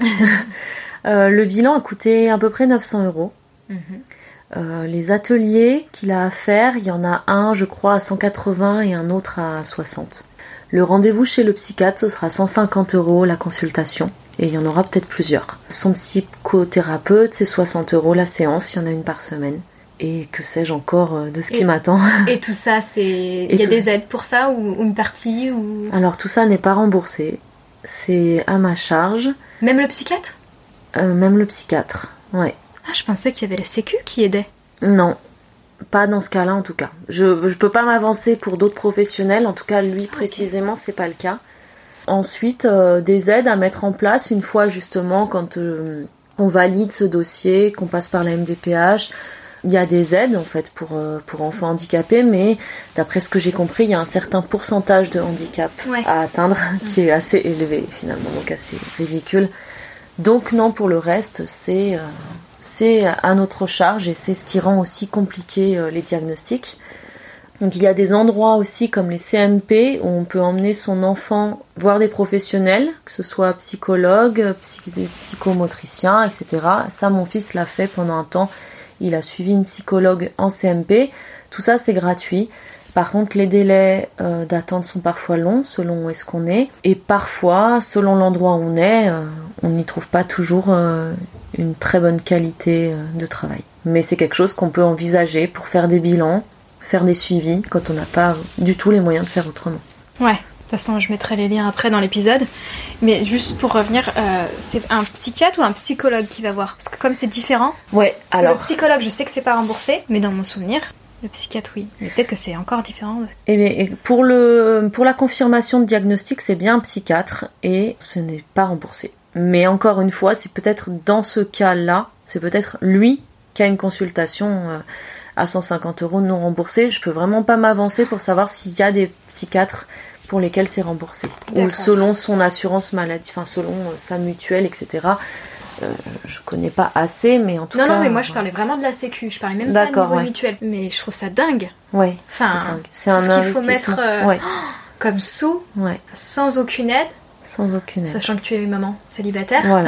euh, le bilan a coûté à peu près neuf cents euros. Mmh. Euh, les ateliers qu'il a à faire, il y en a un, je crois, à cent quatre-vingts et un autre à soixante. Le rendez-vous chez le psychiatre, ce sera cent cinquante euros la consultation, et il y en aura peut-être plusieurs. Son psychothérapeute, c'est soixante euros la séance, il y en a une par semaine. Et que sais-je encore de ce et, qui m'attend. Et tout ça, c'est... il y a tout... des aides pour ça, ou, ou une partie ou... Alors tout ça n'est pas remboursé, c'est à ma charge. Même le psychiatre ? euh, Même le psychiatre, ouais. Ah, je pensais qu'il y avait la Sécu qui aidait. Non, pas dans ce cas-là en tout cas. Je je peux pas m'avancer pour d'autres professionnels, en tout cas lui précisément, okay. C'est pas le cas. Ensuite, euh, des aides à mettre en place une fois justement quand euh, on valide ce dossier, qu'on passe par la M D P H. Il y a des aides en fait pour euh, pour enfants handicapés, mais d'après ce que j'ai compris, il y a un certain pourcentage de handicap ouais. à atteindre qui est assez élevé finalement, donc assez ridicule. Donc non, pour le reste, c'est... Euh, c'est à notre charge et c'est ce qui rend aussi compliqué euh, les diagnostics. Donc il y a des endroits aussi comme les C M P où on peut emmener son enfant voir des professionnels, que ce soit psychologue, psy- psychomotricien, et cetera. Ça, mon fils l'a fait pendant un temps. Il a suivi une psychologue en C M P. Tout ça, c'est gratuit. Par contre, les délais euh, d'attente sont parfois longs selon où est-ce qu'on est. Et parfois, selon l'endroit où on est, euh, on n'y trouve pas toujours euh, une très bonne qualité euh, de travail. Mais c'est quelque chose qu'on peut envisager pour faire des bilans, faire des suivis, quand on n'a pas du tout les moyens de faire autrement. Ouais, de toute façon, je mettrai les liens après dans l'épisode. Mais juste pour revenir, euh, c'est un psychiatre ou un psychologue qui va voir ? Parce que comme c'est différent, ouais, parce alors... que le psychologue, je sais que c'est pas remboursé, mais dans mon souvenir... Le psychiatre, oui. Mais peut-être que c'est encore différent. Et bien, pour, le, pour la confirmation de diagnostic, c'est bien un psychiatre et ce n'est pas remboursé. Mais encore une fois, c'est peut-être dans ce cas-là, c'est peut-être lui qui a une consultation à cent cinquante euros non remboursée. Je peux vraiment pas m'avancer pour savoir s'il y a des psychiatres pour lesquels c'est remboursé. D'accord. Ou selon son assurance maladie, enfin selon sa mutuelle, et cetera. Euh, je connais pas assez, mais en tout non, cas... Non, non, mais moi je parlais vraiment de la Sécu, je parlais même D'accord, pas de niveau ouais. mutuel. Mais je trouve ça dingue. Ouais, enfin, c'est dingue. C'est un investissement. Qu'il faut mettre euh, ouais. oh, comme sous, ouais. sans aucune aide. Sans aucune aide. Sachant que tu es maman célibataire. Voilà.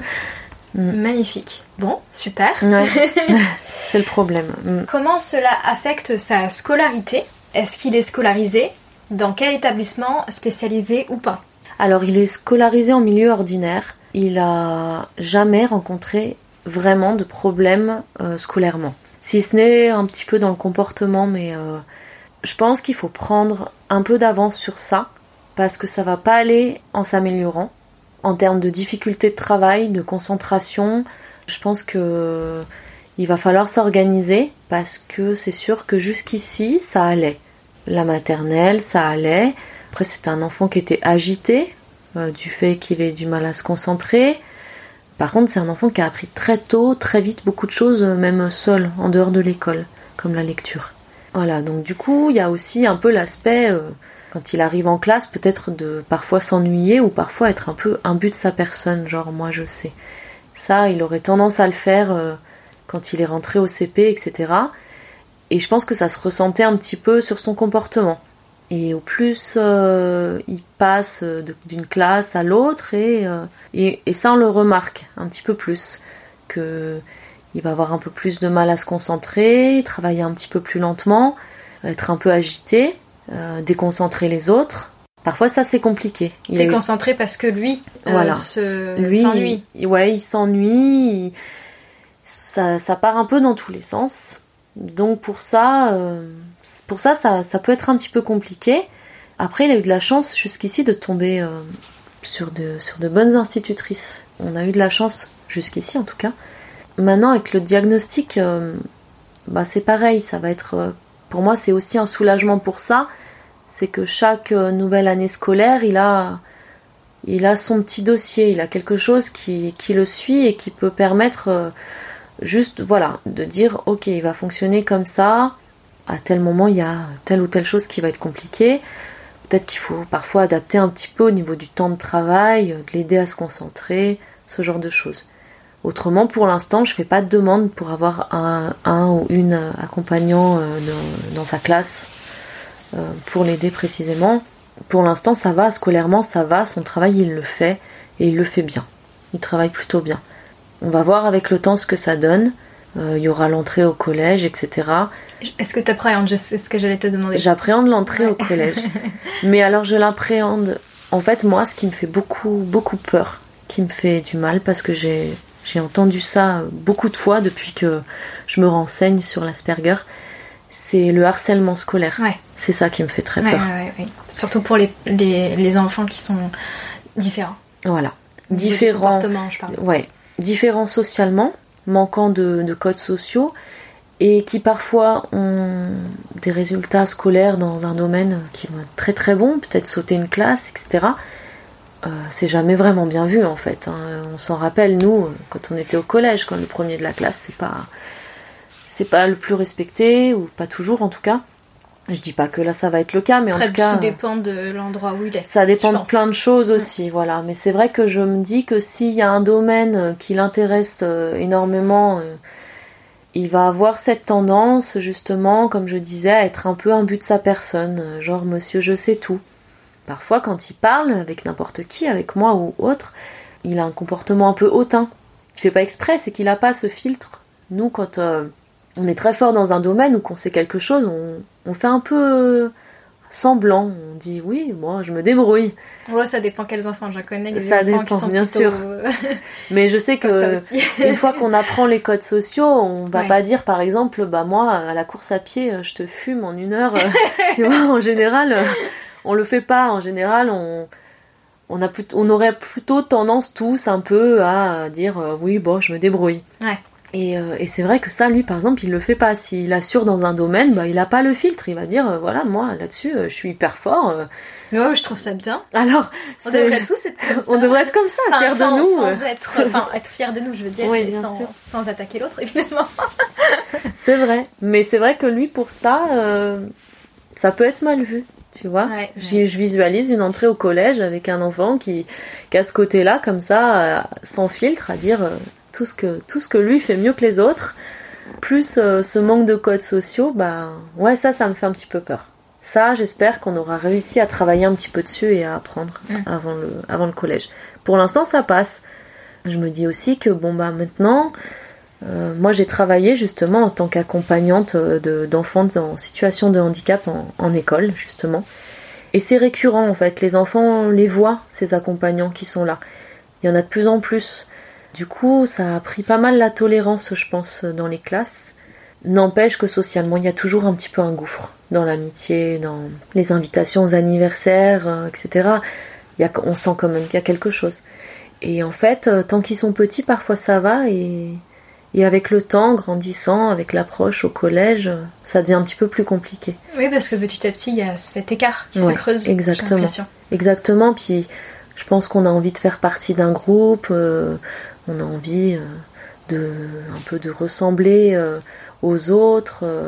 Magnifique. Bon, super. Ouais. C'est le problème. Comment cela affecte sa scolarité ? Est-ce qu'il est scolarisé ? Dans quel établissement, spécialisé ou pas ? Alors, il est scolarisé en milieu ordinaire. Il a jamais rencontré vraiment de problème euh, scolairement. Si ce n'est un petit peu dans le comportement, mais euh, je pense qu'il faut prendre un peu d'avance sur ça, parce que ça va pas aller en s'améliorant. En termes de difficulté de travail, de concentration, je pense que il va falloir s'organiser, parce que c'est sûr que jusqu'ici, ça allait. La maternelle, ça allait. Après, c'était un enfant qui était agité, euh, du fait qu'il ait du mal à se concentrer. Par contre, c'est un enfant qui a appris très tôt, très vite, beaucoup de choses, même seul, en dehors de l'école, comme la lecture. Voilà, donc du coup, il y a aussi un peu l'aspect, euh, quand il arrive en classe, peut-être de parfois s'ennuyer, ou parfois être un peu imbu de sa personne, genre moi je sais. Ça, il aurait tendance à le faire euh, quand il est rentré au C P, et cetera. Et je pense que ça se ressentait un petit peu sur son comportement. Et au plus, euh, il passe de, d'une classe à l'autre et, euh, et, et ça, on le remarque un petit peu plus. Que il va avoir un peu plus de mal à se concentrer, travailler un petit peu plus lentement, être un peu agité, euh, déconcentrer les autres. Parfois, ça, c'est compliqué. Il est déconcentré eu... parce que lui, euh, voilà. se... lui s'ennuie. Il, ouais, il s'ennuie. Il... Ça, ça part un peu dans tous les sens. Donc pour ça, euh, pour ça, ça, ça peut être un petit peu compliqué. Après, il a eu de la chance jusqu'ici de tomber euh, sur, de, sur de bonnes institutrices. On a eu de la chance jusqu'ici en tout cas. Maintenant, avec le diagnostic, euh, bah, c'est pareil. Ça va être, euh, pour moi, c'est aussi un soulagement pour ça. C'est que chaque euh, nouvelle année scolaire, il a, il a son petit dossier. Il a quelque chose qui, qui le suit et qui peut permettre... Euh, Juste, voilà, de dire, ok, il va fonctionner comme ça, à tel moment, il y a telle ou telle chose qui va être compliquée. Peut-être qu'il faut parfois adapter un petit peu au niveau du temps de travail, de l'aider à se concentrer, ce genre de choses. Autrement, pour l'instant, je ne fais pas de demande pour avoir un, un ou une accompagnant euh, dans, dans sa classe euh, pour l'aider précisément. Pour l'instant, ça va, scolairement, ça va, son travail, il le fait, et il le fait bien. Il travaille plutôt bien. On va voir avec le temps ce que ça donne. Euh, il y aura l'entrée au collège, et cetera. Est-ce que tu appréhendes ? C'est ce que j'allais te demander. J'appréhende l'entrée ouais. au collège. Mais alors je l'appréhende. En fait, moi, ce qui me fait beaucoup, beaucoup peur, qui me fait du mal, parce que j'ai, j'ai entendu ça beaucoup de fois depuis que je me renseigne sur l'Asperger, c'est le harcèlement scolaire. Ouais. C'est ça qui me fait très ouais, peur. Ouais, ouais, ouais. Surtout pour les, les, les enfants qui sont différents. Voilà. Différents. Comportement, je parle. Ouais. Différents socialement, manquant de, de codes sociaux, et qui parfois ont des résultats scolaires dans un domaine qui vont être très très bons, peut-être sauter une classe, et cetera. Euh, c'est jamais vraiment bien vu en fait. Hein. On s'en rappelle, nous, quand on était au collège, quand le premier de la classe, c'est pas, c'est pas le plus respecté, ou pas toujours en tout cas. Je dis pas que là ça va être le cas, mais Après, en tout cas... Ça dépend de l'endroit où il est. Ça dépend de plein de choses aussi, mmh. voilà. Mais c'est vrai que je me dis que s'il y a un domaine qui l'intéresse euh, énormément, euh, il va avoir cette tendance, justement, comme je disais, à être un peu imbu de sa personne. Euh, genre, monsieur, je sais tout. Parfois, quand il parle avec n'importe qui, avec moi ou autre, il a un comportement un peu hautain. Il fait pas exprès, c'est qu'il a pas ce filtre. Nous, quand... Euh, on est très fort dans un domaine ou qu'on sait quelque chose, on, on fait un peu semblant. On dit oui, moi je me débrouille. Ouais, ça dépend quels enfants, je connais. Les ça enfants dépend, qui sont bien plutôt... sûr. Mais je sais que une fois qu'on apprend les codes sociaux, on va ouais. pas dire par exemple, bah moi à la course à pied, je te fume en une heure. Tu vois, en général, on le fait pas. En général, on on a plutôt, on aurait plutôt tendance tous un peu à dire euh, oui, bon, je me débrouille. Ouais. Et, euh, et c'est vrai que ça, lui, par exemple, il le fait pas. S'il assure dans un domaine, bah, il a pas le filtre. Il va dire, euh, voilà, moi, là-dessus, euh, je suis hyper fort. Euh. Mais ouais, je trouve ça bien. Alors, on devrait tous être comme ça. On devrait être comme ça, enfin, fiers sans, de nous. Sans être, enfin, être fiers de nous, je veux dire, oui, mais bien sans, sûr. sans attaquer l'autre, évidemment. C'est vrai. Mais c'est vrai que lui, pour ça, euh, ça peut être mal vu. Tu vois, ouais, J'y, ouais. je visualise une entrée au collège avec un enfant qui, qui a ce côté-là, comme ça, euh, sans filtre, à dire... Euh, tout ce que tout ce que lui fait mieux que les autres, plus euh, ce manque de codes sociaux, bah ouais, ça ça me fait un petit peu peur. Ça, j'espère qu'on aura réussi à travailler un petit peu dessus et à apprendre mmh. avant le avant le collège. Pour l'instant, ça passe. Je me dis aussi que bon bah maintenant euh, moi j'ai travaillé justement en tant qu'accompagnante de d'enfants en situation de handicap en, en école justement. Et c'est récurrent en fait, les enfants les voient, ces accompagnants qui sont là. Il y en a de plus en plus. Du coup, ça a pris pas mal la tolérance, je pense, dans les classes. N'empêche que socialement, il y a toujours un petit peu un gouffre dans l'amitié, dans les invitations aux anniversaires, euh, et cetera. Il y a, on sent quand même qu'il y a quelque chose. Et en fait, euh, tant qu'ils sont petits, parfois ça va. Et, et avec le temps, grandissant, avec l'approche au collège, ça devient un petit peu plus compliqué. Oui, parce que petit à petit, il y a cet écart qui ouais, se creuse. Exactement. J'ai l'impression. Exactement. Puis, je pense qu'on a envie de faire partie d'un groupe... Euh, on a envie euh, de un peu de ressembler euh, aux autres. Euh,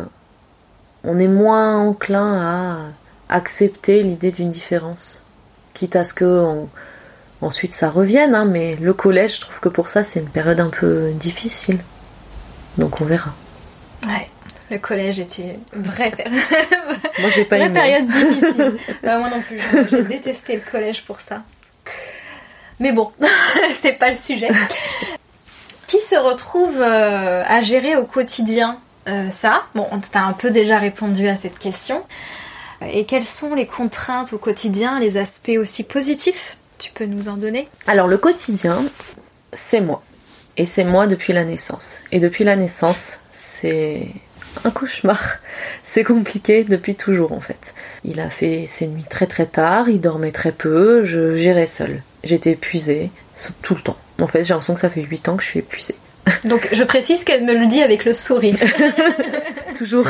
on est moins enclin à accepter l'idée d'une différence, quitte à ce que on, ensuite ça revienne. Hein, mais le collège, je trouve que pour ça, c'est une période un peu difficile. Donc on verra. Ouais. Le collège est une vraie, moi, j'ai pas vraie aimé. période difficile. Bah, moi non plus, j'ai, j'ai détesté le collège pour ça. Mais bon, c'est pas le sujet. Qui se retrouve euh, à gérer au quotidien euh, ça? Bon, t'as un peu déjà répondu à cette question. Et quelles sont les contraintes au quotidien, les aspects aussi positifs? Tu peux nous en donner? Alors, le quotidien, c'est moi. Et c'est moi depuis la naissance. Et depuis la naissance, c'est un cauchemar. C'est compliqué depuis toujours, en fait. Il a fait ses nuits très très tard, il dormait très peu, je gérais seule. J'étais épuisée tout le temps. En fait, j'ai l'impression que ça fait huit ans que je suis épuisée. Donc, je précise qu'elle me le dit avec le sourire. Toujours.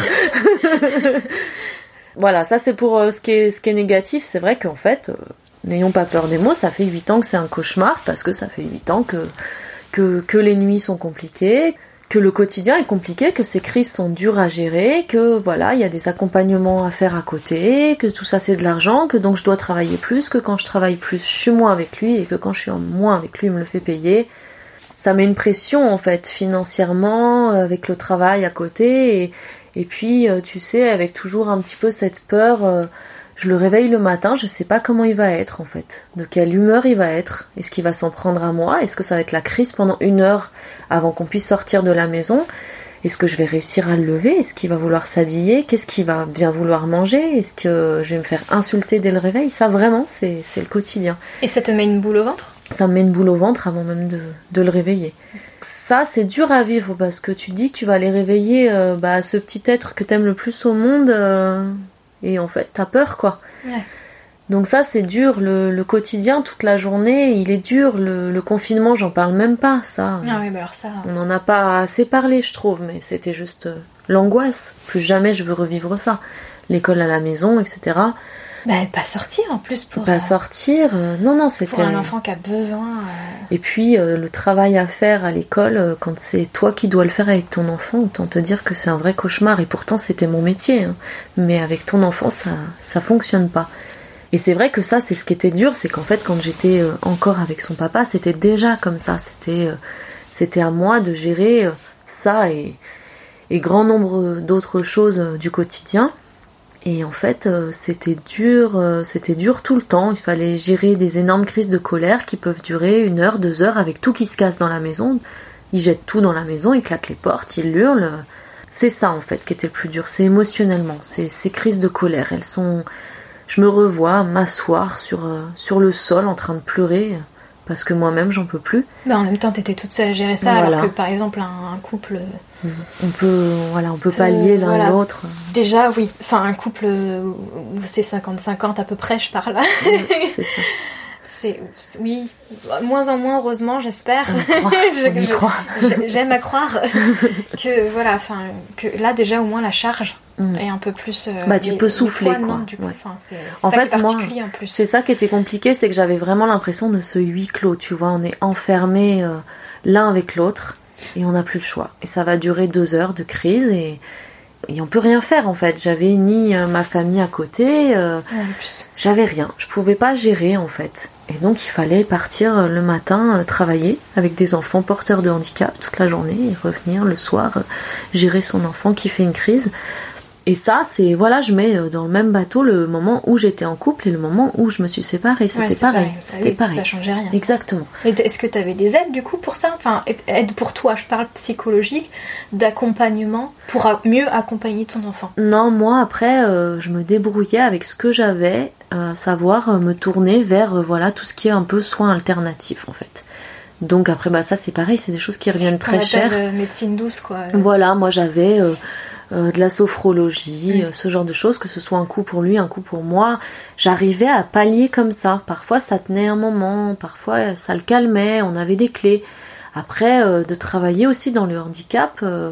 Voilà, ça c'est pour euh, ce qui est, ce qui est négatif. C'est vrai qu'en fait, euh, n'ayons pas peur des mots, ça fait huit ans que c'est un cauchemar, parce que ça fait huit ans que, que, que les nuits sont compliquées, que le quotidien est compliqué, que ces crises sont dures à gérer, que voilà, il y a des accompagnements à faire à côté, que tout ça c'est de l'argent, que donc je dois travailler plus, que quand je travaille plus, je suis moins avec lui, et que quand je suis en moins avec lui, il me le fait payer. Ça met une pression en fait, financièrement, avec le travail à côté, et, et puis tu sais, avec toujours un petit peu cette peur, euh, je le réveille le matin, je sais pas comment il va être en fait, de quelle humeur il va être, est-ce qu'il va s'en prendre à moi, est-ce que ça va être la crise pendant une heure avant qu'on puisse sortir de la maison, est-ce que je vais réussir à le lever, est-ce qu'il va vouloir s'habiller, qu'est-ce qu'il va bien vouloir manger, est-ce que je vais me faire insulter dès le réveil, ça vraiment c'est, c'est le quotidien. Et ça te met une boule au ventre ? Ça me met une boule au ventre avant même de, de le réveiller. Ça, c'est dur à vivre parce que tu dis que tu vas aller réveiller euh, bah, ce petit être que t'aimes le plus au monde euh, et en fait, t'as peur, quoi. Ouais. Donc ça, c'est dur. Le, le quotidien, toute la journée, il est dur. Le, le confinement, j'en parle même pas, ça. Ah oui, bah alors ça... On n'en a pas assez parlé, je trouve, mais c'était juste euh, l'angoisse. Plus jamais je veux revivre ça. L'école à la maison, et cetera. Bah, pas sortir en plus pour... Pas euh, sortir, euh, non, non, c'était... Pour un enfant qui a besoin... Euh... Et puis, euh, le travail à faire à l'école, euh, quand c'est toi qui dois le faire avec ton enfant, autant te dire que c'est un vrai cauchemar. Et pourtant, c'était mon métier. Hein. Mais avec ton enfant, ça ça fonctionne pas. Et c'est vrai que ça, c'est ce qui était dur, c'est qu'en fait, quand j'étais euh, encore avec son papa, c'était déjà comme ça. C'était, euh, c'était à moi de gérer euh, ça et, et grand nombre d'autres choses euh, du quotidien. Et en fait, euh, c'était dur, euh, c'était dur tout le temps. Il fallait gérer des énormes crises de colère qui peuvent durer une heure, deux heures, avec tout qui se casse dans la maison. Il jette tout dans la maison, il claque les portes, il hurle. C'est ça, en fait, qui était le plus dur. C'est émotionnellement. C'est ces crises de colère. Elles sont... Je me revois m'asseoir sur, euh, sur le sol en train de pleurer parce que moi-même, j'en peux plus. Bah, en même temps, t'étais toute seule à gérer ça, voilà. Alors que, par exemple, un, un couple... On peut, voilà, on peut pallier euh, l'un voilà. l'autre. Déjà, oui. Enfin, un couple où c'est cinquante cinquante à peu près, je parle là. Oui, c'est ça. C'est, oui, moins en moins, heureusement, j'espère. On y croit. je, On y croit. Je, j'aime à croire que, voilà, enfin, que là, déjà, au moins, la charge mm. est un peu plus... Euh, bah, tu les, peux souffler, toits, quoi. Non, du coup, ouais. c'est, c'est en ça fait, qui est moi, en plus. c'est ça qui était compliqué, c'est que j'avais vraiment l'impression de ce huis clos, tu vois. On est enfermés euh, l'un avec l'autre et on n'a plus le choix. Et ça va durer deux heures de crise et... Et on peut rien faire en fait. J'avais ni euh, ma famille à côté, euh, ouais, en plus. J'avais rien. Je pouvais pas gérer en fait. Et donc il fallait partir euh, le matin euh, travailler avec des enfants porteurs de handicap toute la journée et revenir le soir euh, gérer son enfant qui fait une crise. Et ça, c'est voilà, je mets dans le même bateau le moment où j'étais en couple et le moment où je me suis séparée. C'était ouais, pareil. pareil. C'était oui, pareil. Ça changeait rien. Exactement. Et est-ce que tu avais des aides du coup pour ça ? Enfin, aide pour toi, je parle psychologique, d'accompagnement pour mieux accompagner ton enfant. Non, moi après, euh, je me débrouillais avec ce que j'avais, euh, savoir euh, me tourner vers euh, voilà tout ce qui est un peu soins alternatifs en fait. Donc après, bah ça c'est pareil, c'est des choses qui reviennent très cher. Euh, médecine douce quoi. Voilà, moi j'avais. Euh, Euh, de la sophrologie, mmh. ce genre de choses, que ce soit un coup pour lui, un coup pour moi. J'arrivais à pallier comme ça. Parfois ça tenait un moment, parfois ça le calmait, on avait des clés. Après, euh, de travailler aussi dans le handicap, euh,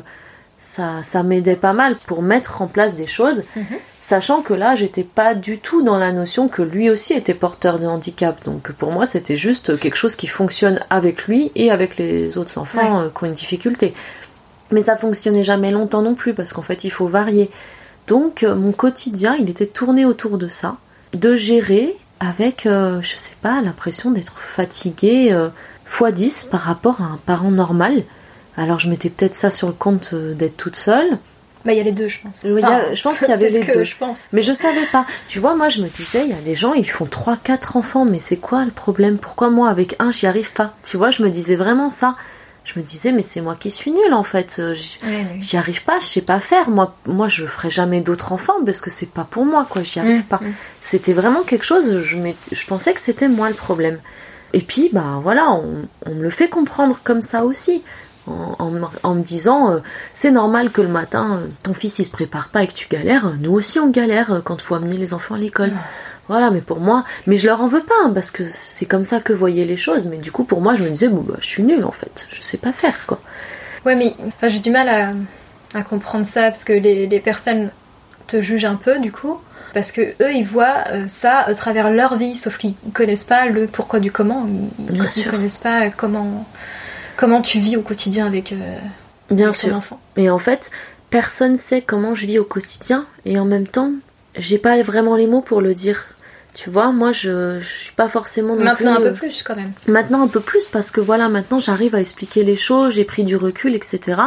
ça, ça m'aidait pas mal pour mettre en place des choses, mmh. sachant que là, j'étais pas du tout dans la notion que lui aussi était porteur de handicap. Donc pour moi, c'était juste quelque chose qui fonctionne avec lui et avec les autres enfants ouais. euh, qui ont une difficulté. Mais ça fonctionnait jamais longtemps non plus, parce qu'en fait, il faut varier. Donc, euh, mon quotidien, il était tourné autour de ça, de gérer avec, euh, je sais pas, l'impression d'être fatiguée euh, fois dix par rapport à un parent normal. Alors, je mettais peut-être ça sur le compte euh, d'être toute seule, Bah, il y a les deux, je pense. Il y a, enfin, je pense qu'il y avait c'est les ce que deux. Je pense. Mais je savais pas. Tu vois, moi, je me disais, il y a des gens, ils font trois quatre enfants, mais c'est quoi le problème? Pourquoi moi, avec un, j'y arrive pas? Tu vois, je me disais vraiment ça. Je me disais, mais c'est moi qui suis nulle, en fait. J'y, oui, oui. j'y arrive pas, je sais pas faire. Moi, moi, je ferai jamais d'autres enfants parce que c'est pas pour moi, quoi. J'y arrive mmh, pas. Mmh. C'était vraiment quelque chose, je, je pensais que c'était moi le problème. Et puis, bah, voilà, on, on me le fait comprendre comme ça aussi. En, en, en me disant euh, c'est normal que le matin euh, ton fils il se prépare pas et que tu galères, nous aussi on galère euh, quand il faut amener les enfants à l'école. Mmh. Voilà, mais pour moi, mais je leur en veux pas hein, parce que c'est comme ça que voyaient les choses, mais du coup pour moi je me disais bon bah je suis nulle en fait, je sais pas faire quoi. Ouais, mais enfin, j'ai du mal à, à comprendre ça parce que les, les personnes te jugent un peu du coup, parce que eux ils voient euh, ça à travers leur vie, sauf qu'ils connaissent pas le pourquoi du comment, ils, Bien ils sûr. connaissent pas comment comment tu vis au quotidien avec, euh, Bien avec sûr. ton enfant. Et en fait, personne sait comment je vis au quotidien et en même temps, j'ai pas vraiment les mots pour le dire. Tu vois, moi je, je suis pas forcément non maintenant plus, un peu plus quand même. Maintenant un peu plus parce que voilà, maintenant j'arrive à expliquer les choses, j'ai pris du recul, et cetera.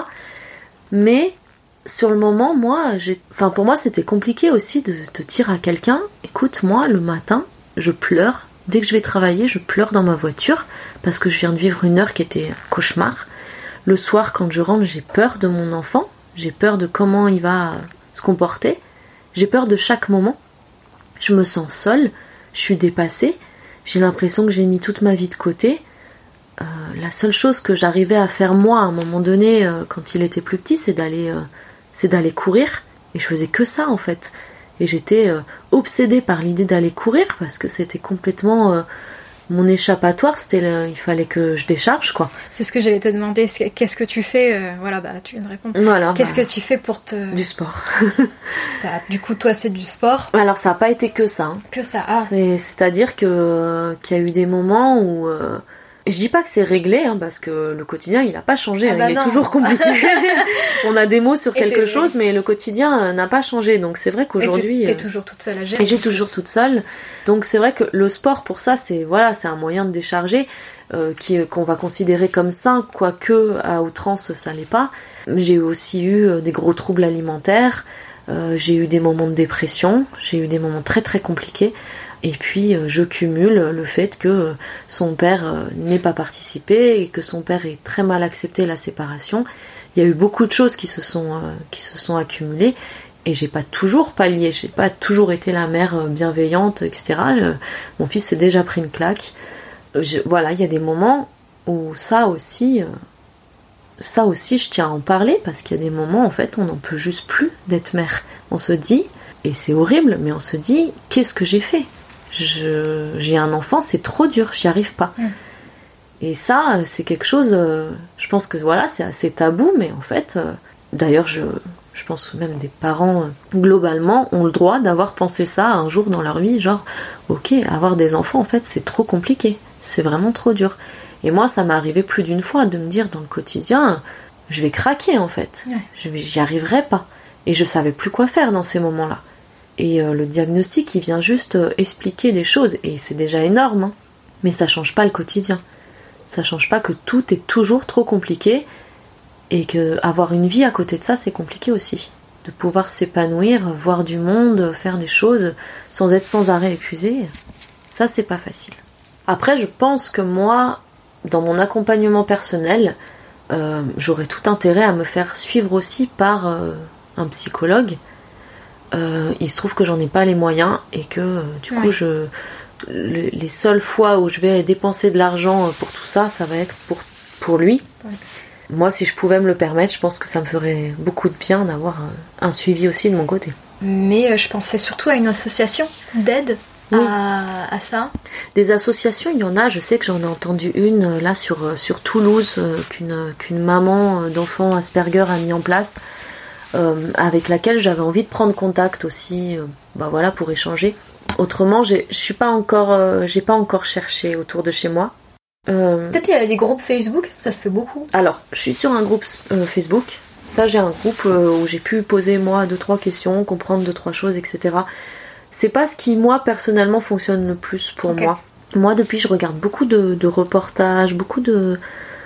Mais sur le moment, moi, j'ai, enfin pour moi c'était compliqué aussi de, de dire à quelqu'un, écoute, moi le matin, je pleure. Dès que je vais travailler, je pleure dans ma voiture parce que je viens de vivre une heure qui était un cauchemar. Le soir, quand je rentre, j'ai peur de mon enfant. J'ai peur de comment il va se comporter. J'ai peur de chaque moment. Je me sens seule. Je suis dépassée. J'ai l'impression que j'ai mis toute ma vie de côté. Euh, la seule chose que j'arrivais à faire moi, à un moment donné, euh, quand il était plus petit, c'est d'aller, euh, c'est d'aller courir. Et je faisais que ça, en fait. Et j'étais euh, obsédée par l'idée d'aller courir parce que c'était complètement euh, mon échappatoire. C'était le, il fallait que je décharge quoi. C'est ce que j'allais te demander. Qu'est-ce que tu fais euh, Voilà, bah tu viens de répondre. Voilà. Qu'est-ce bah, que tu fais pour te du sport. bah, du coup, toi, c'est du sport. Alors ça n'a pas été que ça. Hein. Que ça. Ah. C'est, c'est-à-dire que qu'il y a eu des moments où euh, je dis pas que c'est réglé hein, parce que le quotidien il a pas changé, ah bah il non. est toujours compliqué. On a des mots sur et quelque t'es... chose, mais le quotidien n'a pas changé. Donc c'est vrai qu'aujourd'hui. Et t'es euh... toujours toute seule à gérer. Et j'ai toujours toute seule. Donc c'est vrai que le sport pour ça c'est voilà c'est un moyen de décharger euh, qui qu'on va considérer comme sain, quoique à outrance ça l'est pas. J'ai aussi eu des gros troubles alimentaires. Euh, j'ai eu des moments de dépression. J'ai eu des moments très très compliqués. Et puis euh, je cumule le fait que euh, son père euh, n'ait pas participé et que son père ait très mal accepté la séparation. Il y a eu beaucoup de choses qui se sont euh, qui se sont accumulées et j'ai pas toujours pallié, j'ai pas toujours été la mère euh, bienveillante, et cetera. Euh, mon fils s'est déjà pris une claque. Je, voilà, il y a des moments où ça aussi, euh, ça aussi, je tiens à en parler parce qu'il y a des moments en fait, on n'en peut juste plus d'être mère. On se dit, et c'est horrible, mais on se dit, qu'est-ce que j'ai fait ? Je, j'ai un enfant, c'est trop dur, j'y arrive pas. Mmh. Et ça, c'est quelque chose, euh, je pense que voilà, c'est assez tabou, mais en fait, euh, d'ailleurs, je, je pense que même des parents, euh, globalement, ont le droit d'avoir pensé ça un jour dans leur vie, genre, ok, avoir des enfants, en fait, c'est trop compliqué, c'est vraiment trop dur. Et moi, ça m'est arrivé plus d'une fois de me dire dans le quotidien, je vais craquer, en fait, ouais. je vais, j'y arriverai pas. Et je savais plus quoi faire dans ces moments-là. Et euh, le diagnostic, il vient juste euh, expliquer des choses, et c'est déjà énorme, hein. Mais ça change pas le quotidien. Ça change pas que tout est toujours trop compliqué, et que avoir une vie à côté de ça, c'est compliqué aussi. De pouvoir s'épanouir, voir du monde, faire des choses, sans être sans arrêt épuisé, ça c'est pas facile. Après, je pense que moi, dans mon accompagnement personnel, euh, j'aurais tout intérêt à me faire suivre aussi par euh, un psychologue. Euh, il se trouve que j'en ai pas les moyens et que euh, du ouais. coup je le, les seules fois où je vais dépenser de l'argent pour tout ça, ça va être pour, pour lui. Ouais. Moi, si je pouvais me le permettre, je pense que ça me ferait beaucoup de bien d'avoir un, un suivi aussi de mon côté. Mais euh, je pensais surtout à une association d'aide oui. à, à ça. Des associations, il y en a. Je sais que j'en ai entendu une là sur, sur Toulouse euh, qu'une, qu'une maman d'enfant Asperger a mis en place. Euh, avec laquelle j'avais envie de prendre contact aussi, euh, bah voilà, pour échanger. Autrement, j'ai, je suis pas encore, euh, j'ai pas encore cherché autour de chez moi. Euh... Peut-être il y a des groupes Facebook, ça se fait beaucoup. Alors, je suis sur un groupe euh, Facebook. Ça, j'ai un groupe euh, où j'ai pu poser moi deux trois questions, comprendre deux trois choses, et cetera. C'est pas ce qui moi personnellement fonctionne le plus pour okay. moi. Moi, depuis, je regarde beaucoup de, de reportages, beaucoup de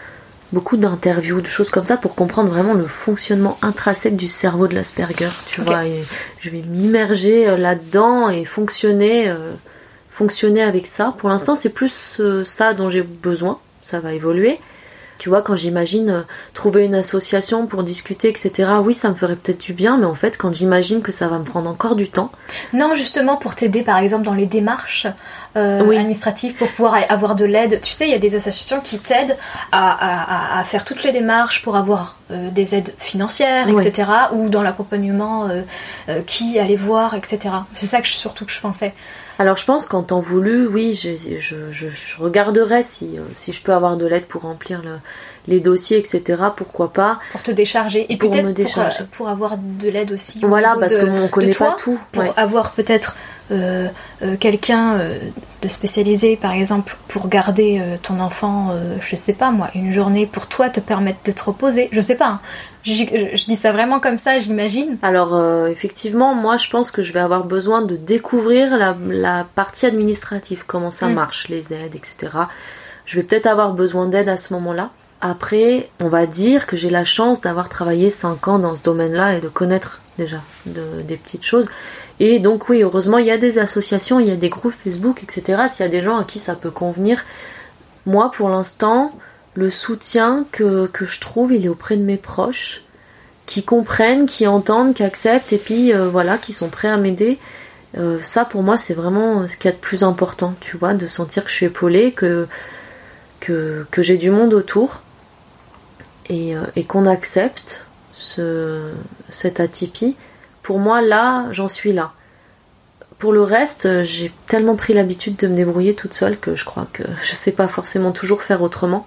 beaucoup d'interviews, de choses comme ça pour comprendre vraiment le fonctionnement intrinsèque du cerveau de l'Asperger, tu okay. vois. Et je vais m'immerger là-dedans et fonctionner, euh, fonctionner avec ça. Pour l'instant, c'est plus euh, ça dont j'ai besoin. Ça va évoluer. Tu vois, quand j'imagine euh, trouver une association pour discuter, et cetera, oui, ça me ferait peut-être du bien, mais en fait, quand j'imagine que ça va me prendre encore du temps... Non, justement, pour t'aider, par exemple, dans les démarches euh, oui. administratives, pour pouvoir avoir de l'aide. Tu sais, il y a des associations qui t'aident à, à, à faire toutes les démarches pour avoir euh, des aides financières, oui. et cetera, ou dans l'accompagnement, euh, euh, qui aller voir, et cetera. C'est ça que je, surtout que je pensais. Alors je pense qu'en temps voulu, oui, je, je, je, je regarderai si, euh, si je peux avoir de l'aide pour remplir le, les dossiers, et cetera. Pourquoi pas. Pour te décharger. Et pour peut-être me décharger. Pour, pour avoir de l'aide aussi. Voilà, parce de, qu'on ne connaît toi, pas tout. Pour ouais. avoir peut-être euh, euh, quelqu'un euh, de spécialisé, par exemple, pour garder euh, ton enfant, euh, je sais pas moi, une journée pour toi te permettre de te reposer. Je sais pas, hein. Je, je dis ça vraiment comme ça, j'imagine. Alors euh, effectivement, moi je pense que je vais avoir besoin de découvrir la, la partie administrative, comment ça mmh. marche, les aides, et cetera. Je vais peut-être avoir besoin d'aide à ce moment-là. Après, on va dire que j'ai la chance d'avoir travaillé cinq ans dans ce domaine-là et de connaître déjà de, des petites choses. Et donc oui, heureusement, il y a des associations, il y a des groupes Facebook, et cetera. S'il y a des gens à qui ça peut convenir, moi pour l'instant... Le soutien que, que je trouve, il est auprès de mes proches, qui comprennent, qui entendent, qui acceptent, et puis euh, voilà, qui sont prêts à m'aider. Euh, ça, pour moi, c'est vraiment ce qu'il y a de plus important, tu vois, de sentir que je suis épaulée, que, que, que j'ai du monde autour, et, euh, et qu'on accepte ce, cette atypie. Pour moi, là, j'en suis là. Pour le reste, j'ai tellement pris l'habitude de me débrouiller toute seule que je crois que je sais pas forcément toujours faire autrement.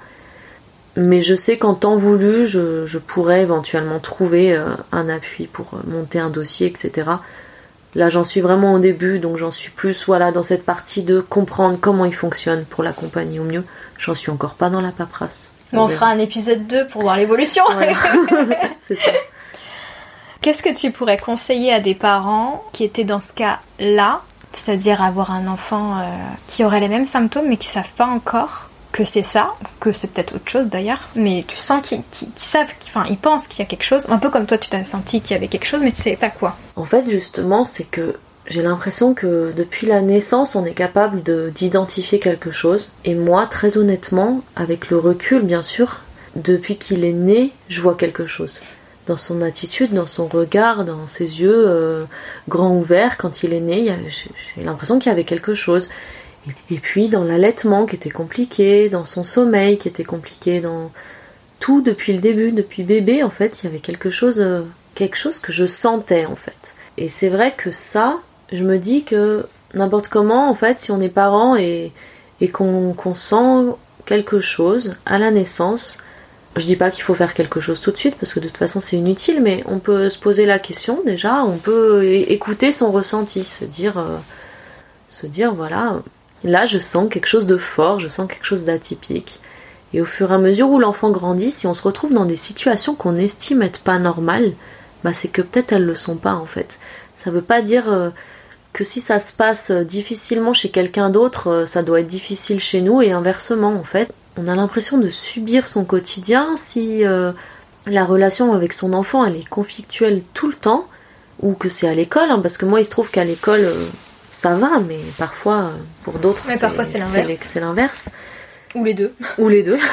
Mais je sais qu'en temps voulu, je, je pourrais éventuellement trouver euh, un appui pour monter un dossier, et cetera. Là, j'en suis vraiment au début, donc j'en suis plus voilà, dans cette partie de comprendre comment il fonctionne pour l'accompagner au mieux. J'en suis encore pas dans la paperasse. Mais on, on fera un épisode deux pour voir l'évolution. Voilà. C'est ça. Qu'est-ce que tu pourrais conseiller à des parents qui étaient dans ce cas-là, c'est-à-dire avoir un enfant euh, qui aurait les mêmes symptômes mais qui ne savent pas encore que c'est ça, que c'est peut-être autre chose d'ailleurs, mais tu sens qu'ils, qu'ils, qu'ils savent, qu'ils, enfin ils pensent qu'il y a quelque chose, un peu comme toi tu t'as senti qu'il y avait quelque chose mais tu savais pas quoi. En fait justement c'est que j'ai l'impression que depuis la naissance on est capable de, d'identifier quelque chose, et moi très honnêtement, avec le recul bien sûr, depuis qu'il est né, je vois quelque chose. Dans son attitude, dans son regard, dans ses yeux euh, grands ouverts quand il est né, il y a, j'ai, j'ai l'impression qu'il y avait quelque chose. Et puis dans l'allaitement qui était compliqué, dans son sommeil qui était compliqué, dans tout depuis le début, depuis bébé en fait, il y avait quelque chose, euh, quelque chose que je sentais en fait. Et c'est vrai que ça, je me dis que n'importe comment en fait, si on est parent et, et qu'on, qu'on sent quelque chose à la naissance, je dis pas qu'il faut faire quelque chose tout de suite parce que de toute façon c'est inutile, mais on peut se poser la question déjà, on peut écouter son ressenti, se dire, euh, se dire voilà... Là, je sens quelque chose de fort, je sens quelque chose d'atypique. Et au fur et à mesure où l'enfant grandit, si on se retrouve dans des situations qu'on estime être pas normales, bah c'est que peut-être elles le sont pas en fait. Ça veut pas dire euh, que si ça se passe difficilement chez quelqu'un d'autre, euh, ça doit être difficile chez nous et inversement en fait. On a l'impression de subir son quotidien si euh, la relation avec son enfant elle est conflictuelle tout le temps, ou que c'est à l'école, hein, parce que moi il se trouve qu'à l'école... Euh, ça va, mais parfois, pour d'autres, mais c'est, parfois c'est, l'inverse. c'est, c'est l'inverse. Ou les deux. Ou les deux.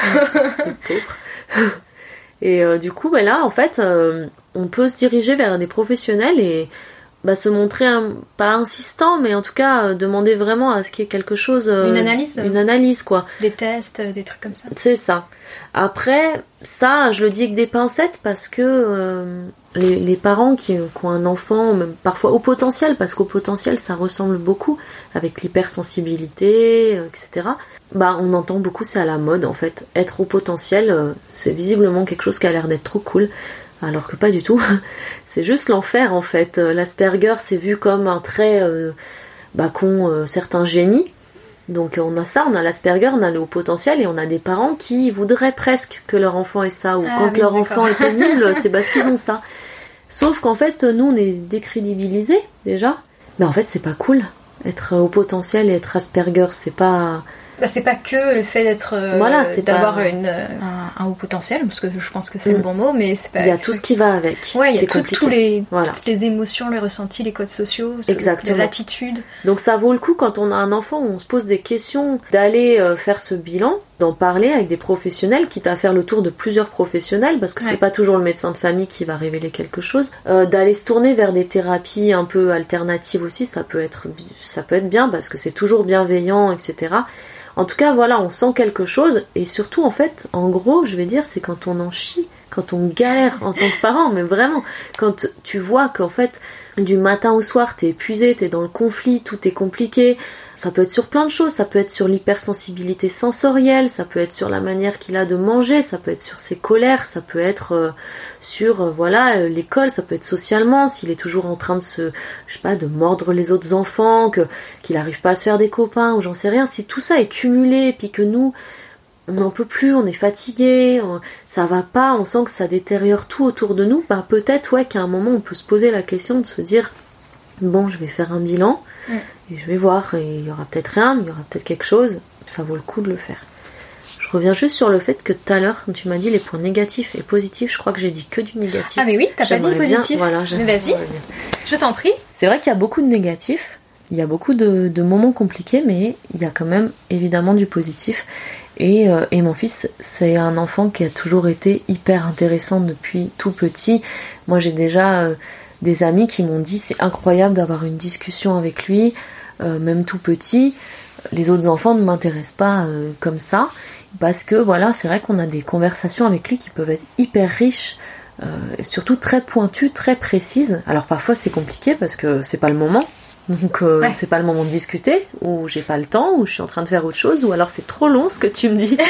Et euh, du coup, bah là, en fait, euh, on peut se diriger vers des professionnels et bah, se montrer, un, pas insistant, mais en tout cas, euh, demander vraiment à ce qu'il y ait quelque chose... Euh, une analyse. Une analyse, quoi. Des tests, des trucs comme ça. C'est ça. Après, ça, je le dis avec des pincettes parce que... Euh, Les, les parents qui, qui ont un enfant, même parfois au potentiel, parce qu'au potentiel ça ressemble beaucoup, avec l'hypersensibilité, euh, et cetera. Bah, on entend beaucoup, c'est à la mode en fait. Être au potentiel, euh, c'est visiblement quelque chose qui a l'air d'être trop cool, alors que pas du tout. C'est juste l'enfer en fait. L'Asperger, c'est vu comme un trait euh, bah, qu'ont euh, certains génies. Donc on a ça, on a l'Asperger, on a le haut potentiel et on a des parents qui voudraient presque que leur enfant ait ça, ou ah, quand oui, leur d'accord. enfant est pénible, c'est parce qu'ils ont ça. Sauf qu'en fait, nous on est décrédibilisés déjà. Mais en fait c'est pas cool. Être haut potentiel et être Asperger, c'est pas... Bah, c'est pas que le fait d'être euh, voilà, c'est d'avoir pas... une, un, un haut potentiel, parce que je pense que c'est mmh. le bon mot, mais c'est pas... Il y a tout ce qui va avec. Ouais, il y a tout, tous les, voilà. toutes les émotions, les ressentis, les codes sociaux, exactement. l'attitude. Donc ça vaut le coup quand on a un enfant où on se pose des questions, d'aller euh, faire ce bilan, d'en parler avec des professionnels, quitte à faire le tour de plusieurs professionnels, parce que ouais. c'est pas toujours le médecin de famille qui va révéler quelque chose. Euh, d'aller se tourner vers des thérapies un peu alternatives aussi, ça peut être, ça peut être bien, parce que c'est toujours bienveillant, et cetera. En tout cas, voilà, on sent quelque chose, et surtout, en fait, en gros, je vais dire, c'est quand on en chie, quand on galère en tant que parent, mais vraiment, quand tu vois qu'en fait, du matin au soir, t'es épuisé, t'es dans le conflit, tout est compliqué, ça peut être sur plein de choses, ça peut être sur l'hypersensibilité sensorielle, ça peut être sur la manière qu'il a de manger, ça peut être sur ses colères, ça peut être euh, sur, euh, voilà, euh, l'école, ça peut être socialement, s'il est toujours en train de se, je sais pas, de mordre les autres enfants, que, qu'il arrive pas à se faire des copains, ou j'en sais rien, si tout ça est cumulé, et puis que nous, on n'en peut plus, on est fatigué, on, ça va pas, on sent que ça détériore tout autour de nous, bah peut-être ouais qu'à un moment on peut se poser la question de se dire bon, je vais faire un bilan mm. et je vais voir, et il y aura peut-être rien, mais il y aura peut-être quelque chose, ça vaut le coup de le faire. Je reviens juste sur le fait que tout à l'heure, tu m'as dit les points négatifs et positifs, je crois que j'ai dit que du négatif. Ah mais oui, t'as j'aimerais pas dit positif. Bien, voilà, mais vas-y, je t'en prie. C'est vrai qu'il y a beaucoup de négatifs, il y a beaucoup de, de moments compliqués, mais il y a quand même évidemment du positif. Et, euh, et mon fils, c'est un enfant qui a toujours été hyper intéressant depuis tout petit. Moi, j'ai déjà euh, des amis qui m'ont dit c'est incroyable d'avoir une discussion avec lui, euh, même tout petit. Les autres enfants ne m'intéressent pas euh, comme ça, parce que voilà, c'est vrai qu'on a des conversations avec lui qui peuvent être hyper riches, euh, surtout très pointues, très précises. Alors parfois c'est compliqué parce que c'est pas le moment. Donc euh, ouais. c'est pas le moment de discuter, ou j'ai pas le temps, ou je suis en train de faire autre chose, ou alors c'est trop long ce que tu me dis.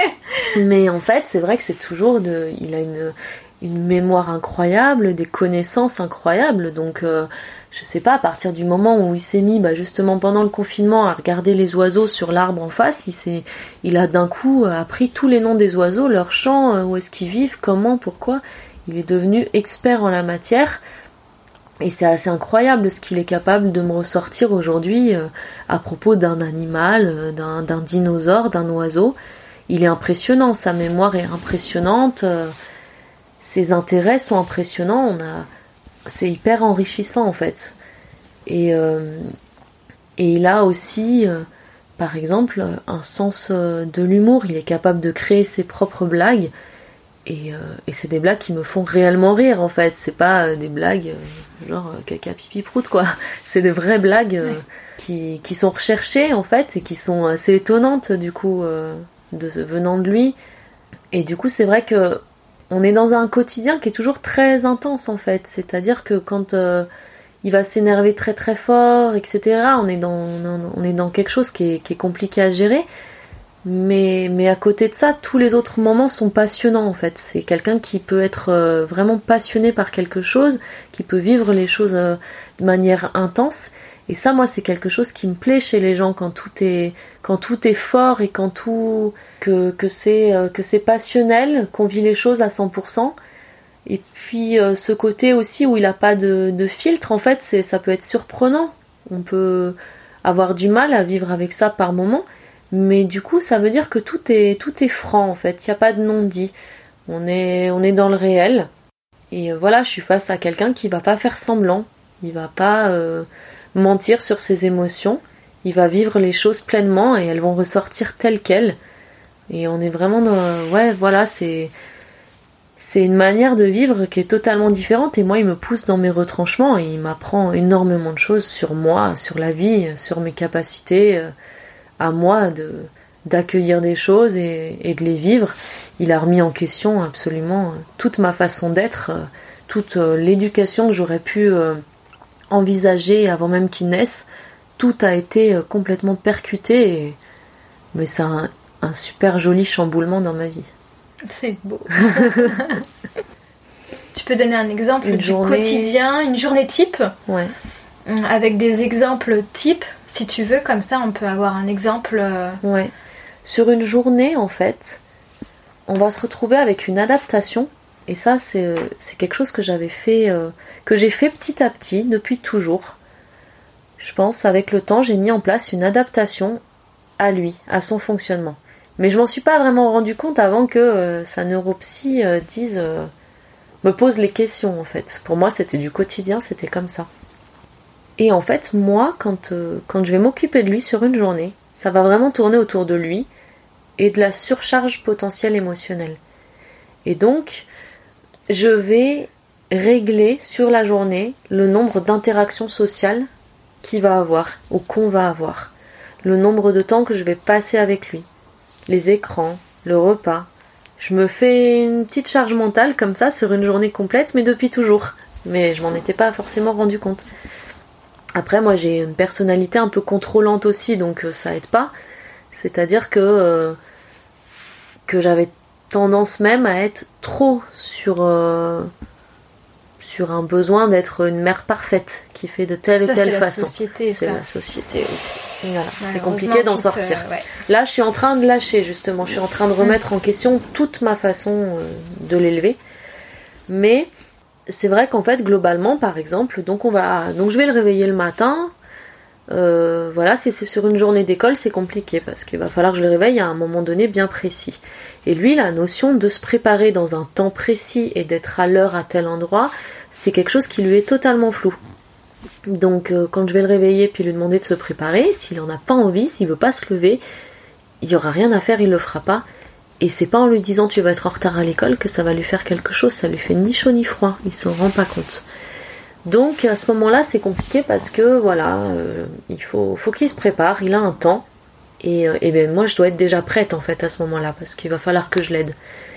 Mais en fait c'est vrai que c'est toujours de, il a une une mémoire incroyable, des connaissances incroyables, donc euh, je sais pas, à partir du moment où il s'est mis bah, justement pendant le confinement à regarder les oiseaux sur l'arbre en face, il s'est, il a d'un coup appris tous les noms des oiseaux, leurs chants, où est-ce qu'ils vivent, comment, pourquoi. Il est devenu expert en la matière. Et c'est assez incroyable ce qu'il est capable de me ressortir aujourd'hui euh, à propos d'un animal, euh, d'un, d'un dinosaure, d'un oiseau. Il est impressionnant, sa mémoire est impressionnante, euh, ses intérêts sont impressionnants, on a... c'est hyper enrichissant en fait. Et, euh, et il a aussi, euh, par exemple, un sens euh, de l'humour, il est capable de créer ses propres blagues. Et, euh, et c'est des blagues qui me font réellement rire en fait, c'est pas euh, des blagues euh, genre euh, caca pipi prout quoi, c'est des vraies blagues euh, ouais. qui, qui sont recherchées en fait et qui sont assez étonnantes du coup euh, de, venant de lui. Et du coup c'est vrai que on est dans un quotidien qui est toujours très intense en fait, c'est-à-dire que quand euh, il va s'énerver très très fort, et cetera, on est dans, on est dans quelque chose qui est, qui est compliqué à gérer. Mais, mais à côté de ça, tous les autres moments sont passionnants en fait. C'est quelqu'un qui peut être euh, vraiment passionné par quelque chose, qui peut vivre les choses euh, de manière intense. Et ça, moi, c'est quelque chose qui me plaît chez les gens quand tout est, quand tout est fort et quand tout, que, que c'est, euh, que c'est passionnel, qu'on vit les choses à cent pour cent. Et puis euh, ce côté aussi où il n'a pas de, de filtre, en fait, c'est, ça peut être surprenant. On peut avoir du mal à vivre avec ça par moment. Mais du coup, ça veut dire que tout est, tout est franc, en fait. Il n'y a pas de non-dit. On est, on est dans le réel. Et voilà, je suis face à quelqu'un qui va pas faire semblant. Il va pas euh, mentir sur ses émotions. Il va vivre les choses pleinement et elles vont ressortir telles quelles. Et on est vraiment dans... Ouais, voilà, c'est... C'est une manière de vivre qui est totalement différente. Et moi, il me pousse dans mes retranchements et il m'apprend énormément de choses sur moi, sur la vie, sur mes capacités... Euh, à moi de, d'accueillir des choses et, et de les vivre. Il a remis en question absolument toute ma façon d'être, toute l'éducation que j'aurais pu envisager avant même qu'il naisse. Tout a été complètement percuté, et... mais c'est un, un super joli chamboulement dans ma vie. C'est beau. Tu peux donner un exemple une du journée... quotidien, une journée type ? Ouais. Avec des exemples types, si tu veux, comme ça on peut avoir un exemple. Euh... Ouais. Sur une journée, en fait, on va se retrouver avec une adaptation, et ça, c'est, c'est quelque chose que j'avais fait, euh, que j'ai fait petit à petit, depuis toujours. Je pense, avec le temps, j'ai mis en place une adaptation à lui, à son fonctionnement. Mais je m'en suis pas vraiment rendu compte avant que euh, sa neuropsy euh, dise, euh, me pose les questions en fait. Pour moi, c'était du quotidien, c'était comme ça. Et en fait, moi, quand, euh, quand je vais m'occuper de lui sur une journée, ça va vraiment tourner autour de lui et de la surcharge potentielle émotionnelle. Et donc, je vais régler sur la journée le nombre d'interactions sociales qu'il va avoir ou qu'on va avoir, le nombre de temps que je vais passer avec lui, les écrans, le repas. Je me fais une petite charge mentale comme ça sur une journée complète, mais depuis toujours. Mais je m'en étais pas forcément rendu compte. Après, moi, j'ai une personnalité un peu contrôlante aussi, donc euh, ça aide pas. C'est-à-dire que euh, que j'avais tendance même à être trop sur euh, sur un besoin d'être une mère parfaite qui fait de telle ça, et telle c'est façon. La société, c'est ça. la société aussi. Voilà. C'est compliqué d'en sortir. Te... Ouais. Là, je suis en train de lâcher justement. Je suis en train de remettre mmh. en question toute ma façon euh, de l'élever. Mais c'est vrai qu'en fait, globalement, par exemple, donc on va, donc je vais le réveiller le matin. Euh, voilà, si c'est sur une journée d'école, c'est compliqué parce qu'il va falloir que je le réveille à un moment donné bien précis. Et lui, la notion de se préparer dans un temps précis et d'être à l'heure à tel endroit, c'est quelque chose qui lui est totalement flou. Donc, euh, quand je vais le réveiller puis lui demander de se préparer, s'il en a pas envie, s'il veut pas se lever, il y aura rien à faire, il le fera pas. Et c'est pas en lui disant tu vas être en retard à l'école que ça va lui faire quelque chose, ça lui fait ni chaud ni froid, il s'en rend pas compte. Donc à ce moment-là c'est compliqué parce que voilà, euh, il faut, faut qu'il se prépare, il a un temps, et, euh, et ben moi je dois être déjà prête en fait à ce moment-là, parce qu'il va falloir que je l'aide.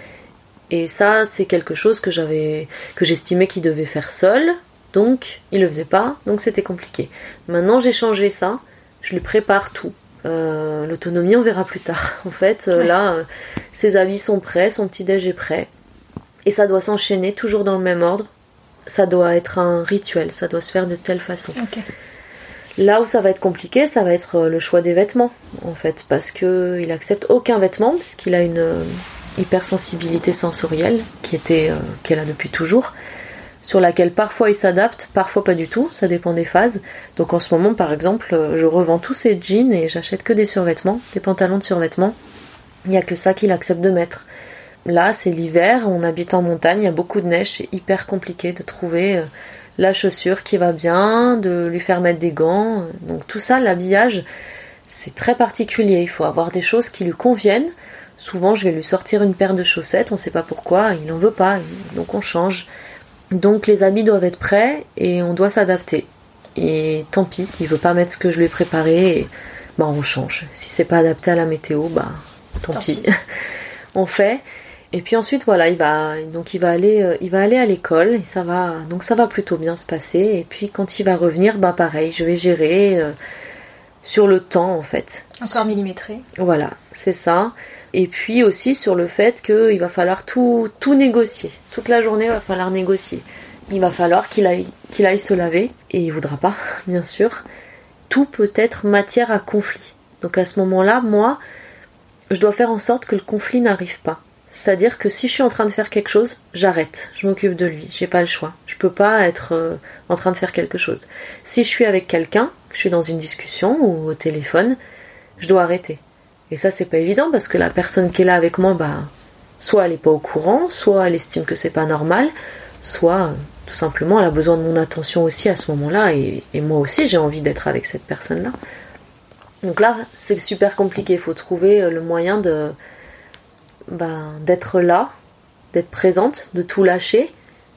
Et ça c'est quelque chose que j'avais, que j'estimais qu'il devait faire seul, donc il le faisait pas, donc c'était compliqué. Maintenant j'ai changé ça, je lui prépare tout. Euh, l'autonomie on verra plus tard en fait euh, ouais. Là euh, ses habits sont prêts, son petit déj est prêt et ça doit s'enchaîner toujours dans le même ordre, ça doit être un rituel, ça doit se faire de telle façon. Okay. Là où ça va être compliqué, ça va être le choix des vêtements en fait, parce que il accepte aucun vêtement puisqu'il a une euh, hypersensibilité sensorielle qui était euh, qu'elle a depuis toujours, sur laquelle parfois il s'adapte, parfois pas du tout, ça dépend des phases. Donc en ce moment par exemple, je revends tous ses jeans et j'achète que des survêtements, des pantalons de survêtements. Il n'y a que ça qu'il accepte de mettre. Là c'est l'hiver, on habite en montagne, il y a beaucoup de neige, c'est hyper compliqué de trouver la chaussure qui va bien, de lui faire mettre des gants. Donc tout ça, l'habillage, c'est très particulier, il faut avoir des choses qui lui conviennent. Souvent je vais lui sortir une paire de chaussettes, on ne sait pas pourquoi, il n'en veut pas, donc on change. Donc les habits doivent être prêts et on doit s'adapter. Et tant pis, s'il veut pas mettre ce que je lui ai préparé, et, bah on change. Si c'est pas adapté à la météo, bah tant, tant pis. pis. On fait. Et puis ensuite voilà, il va donc il va aller euh, il va aller à l'école et ça va donc ça va plutôt bien se passer. Et puis quand il va revenir, bah pareil, je vais gérer euh, sur le temps en fait. Encore millimétré. Voilà, c'est ça. Et puis aussi sur le fait qu'il va falloir tout, tout négocier. Toute la journée, il va falloir négocier. Il va falloir qu'il aille, qu'il aille se laver, et il voudra pas, bien sûr. Tout peut être matière à conflit. Donc à ce moment-là, moi, je dois faire en sorte que le conflit n'arrive pas. C'est-à-dire que si je suis en train de faire quelque chose, j'arrête, je m'occupe de lui, j'ai pas le choix. Je peux pas être euh, en train de faire quelque chose. Si je suis avec quelqu'un, que je suis dans une discussion ou au téléphone, je dois arrêter. Et ça, c'est pas évident parce que la personne qui est là avec moi, bah, soit elle est pas au courant, soit elle estime que c'est pas normal, soit euh, tout simplement elle a besoin de mon attention aussi à ce moment-là, et, et moi aussi j'ai envie d'être avec cette personne-là. Donc là, c'est super compliqué. Il faut trouver le moyen de, bah, d'être là, d'être présente, de tout lâcher,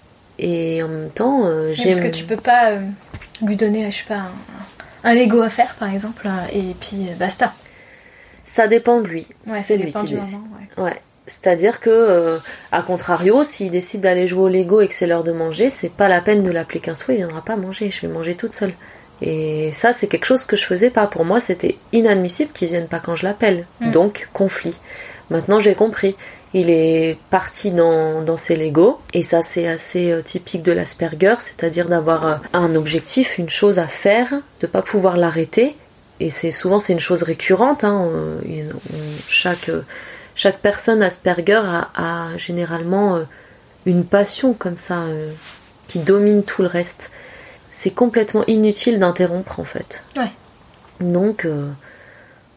et en même temps, euh, j'aime. Parce que tu peux pas euh, lui donner, je sais pas, un, un Lego à faire par exemple, et puis euh, basta. Ça dépend de lui, ouais, c'est lui qui décide. Moment, ouais. Ouais. C'est-à-dire que, euh, à contrario, s'il décide d'aller jouer au Lego et que c'est l'heure de manger, c'est pas la peine de l'appeler quinze fois, il viendra pas manger, je vais manger toute seule. Et ça, c'est quelque chose que je faisais pas. Pour moi, c'était inadmissible qu'il vienne pas quand je l'appelle. Mm. Donc, conflit. Maintenant, j'ai compris. Il est parti dans, dans ses Legos, et ça, c'est assez euh, typique de l'Asperger, c'est-à-dire d'avoir euh, un objectif, une chose à faire, de pas pouvoir l'arrêter. Et c'est souvent c'est une chose récurrente. Hein. Ils, on, chaque chaque personne Asperger a, a généralement euh, une passion comme ça euh, qui domine tout le reste. C'est complètement inutile d'interrompre en fait. Ouais. Donc euh,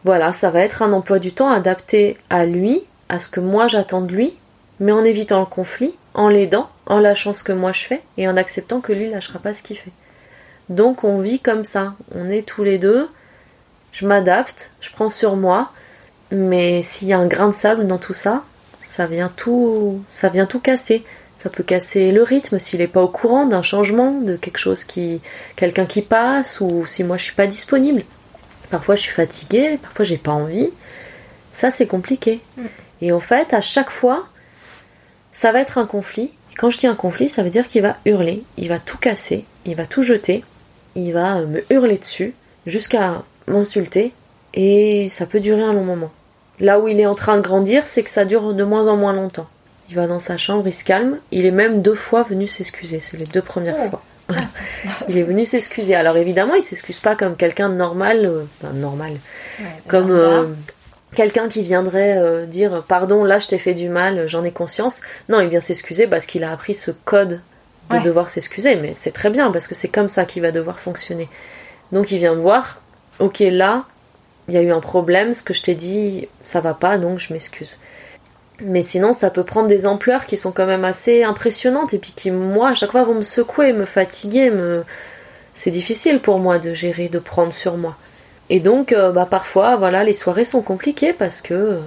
Voilà, ça va être un emploi du temps adapté à lui, à ce que moi j'attends de lui, mais en évitant le conflit, en l'aidant, en lâchant ce que moi je fais et en acceptant que lui lâchera pas ce qu'il fait. Donc on vit comme ça, on est tous les deux, je m'adapte, je prends sur moi, mais s'il y a un grain de sable dans tout ça, ça vient tout, ça vient tout casser. Ça peut casser le rythme s'il n'est pas au courant d'un changement, de quelque chose qui, quelqu'un qui passe, ou si moi je suis pas disponible. Parfois je suis fatiguée, parfois j'ai pas envie. Ça c'est compliqué. Mm. Et en fait, à chaque fois, ça va être un conflit. Et quand je dis un conflit, ça veut dire qu'il va hurler, il va tout casser, il va tout jeter, il va me hurler dessus, jusqu'à m'insulter, et ça peut durer un long moment. Là où il est en train de grandir, c'est que ça dure de moins en moins longtemps. Il va dans sa chambre, il se calme. Il est même deux fois venu s'excuser. C'est les deux premières oh, fois. Il est venu s'excuser. Alors évidemment, il s'excuse pas comme quelqu'un de normal. Euh, ben, normal. Ouais, comme euh, quelqu'un qui viendrait euh, dire « Pardon, là je t'ai fait du mal, j'en ai conscience ». Non, il vient s'excuser parce qu'il a appris ce code de ouais. devoir s'excuser. Mais c'est très bien parce que c'est comme ça qu'il va devoir fonctionner. Donc il vient me voir. Ok, là, il y a eu un problème. Ce que je t'ai dit, ça va pas, donc je m'excuse. Mais sinon, ça peut prendre des ampleurs qui sont quand même assez impressionnantes et puis qui, moi, à chaque fois, vont me secouer, me fatiguer. Me... C'est difficile pour moi de gérer, de prendre sur moi. Et donc, euh, bah, parfois, voilà, les soirées sont compliquées parce que...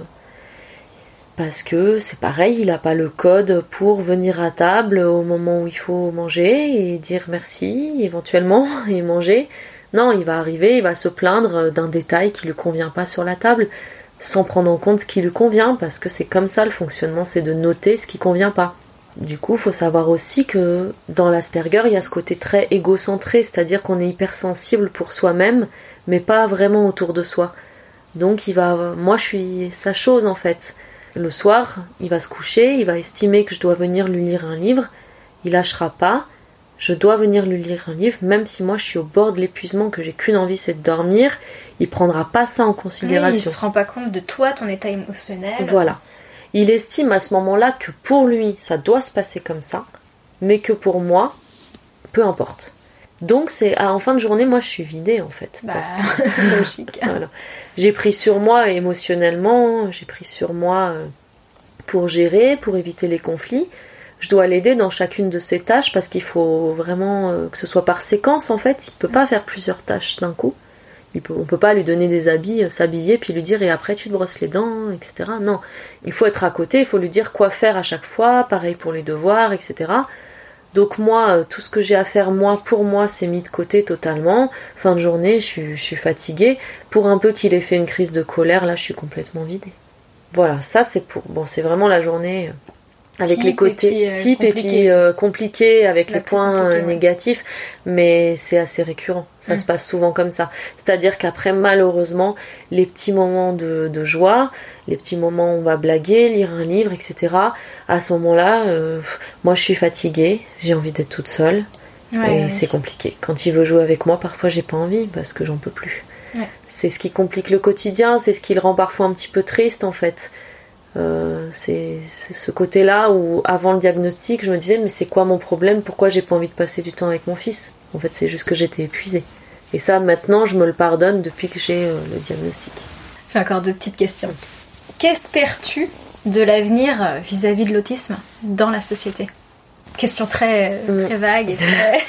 Parce que c'est pareil, il n'a pas le code pour venir à table au moment où il faut manger et dire merci, éventuellement, et manger. Non, il va arriver, il va se plaindre d'un détail qui ne lui convient pas sur la table, sans prendre en compte ce qui lui convient, parce que c'est comme ça le fonctionnement, c'est de noter ce qui convient pas. Du coup, il faut savoir aussi que dans l'Asperger, il y a ce côté très égocentré, c'est-à-dire qu'on est hypersensible pour soi-même, mais pas vraiment autour de soi. Donc il va, moi je suis sa chose en fait. Le soir, il va se coucher, il va estimer que je dois venir lui lire un livre, il lâchera pas, je dois venir lui lire un livre, même si moi je suis au bord de l'épuisement, que j'ai qu'une envie, c'est de dormir, il prendra pas ça en considération. Oui, il se rend pas compte de toi, ton état émotionnel. Voilà. Il estime à ce moment-là que pour lui, ça doit se passer comme ça, mais que pour moi, peu importe. Donc c'est en fin de journée, moi je suis vidée en fait. Bah, parce que, c'est logique. Voilà. J'ai pris sur moi émotionnellement, j'ai pris sur moi pour gérer, pour éviter les conflits. Je dois l'aider dans chacune de ses tâches parce qu'il faut vraiment que ce soit par séquence en fait. Il peut pas faire plusieurs tâches d'un coup. Il peut, on peut pas lui donner des habits, s'habiller puis lui dire et après tu te brosses les dents, et cetera. Non, il faut être à côté, il faut lui dire quoi faire à chaque fois. Pareil pour les devoirs, et cetera. Donc moi, tout ce que j'ai à faire moi pour moi, c'est mis de côté totalement. Fin de journée, je suis, je suis fatiguée. Pour un peu qu'il ait fait une crise de colère, là, je suis complètement vidée. Voilà, ça c'est pour. Bon, c'est vraiment la journée avec type les côtés et puis, euh, type compliqué. Et puis euh, compliqué avec la les points euh, négatifs, ouais. Mais c'est assez récurrent. Ça mmh. se passe souvent comme ça. C'est-à-dire qu'après, malheureusement, les petits moments de, de joie, les petits moments où on va blaguer, lire un livre, et cetera. À ce moment-là, euh, moi, je suis fatiguée, j'ai envie d'être toute seule, ouais, et ouais. c'est compliqué. Quand il veut jouer avec moi, parfois, j'ai pas envie parce que j'en peux plus. Ouais. C'est ce qui complique le quotidien, c'est ce qui le rend parfois un petit peu triste, en fait. Euh, c'est, c'est ce côté-là où avant le diagnostic je me disais mais c'est quoi mon problème, pourquoi j'ai pas envie de passer du temps avec mon fils. En fait c'est juste que j'étais épuisée et ça maintenant je me le pardonne depuis que j'ai euh, le diagnostic. J'ai encore deux petites questions. Qu'espères-tu de l'avenir vis-à-vis de l'autisme dans la société? Question très, très vague et très...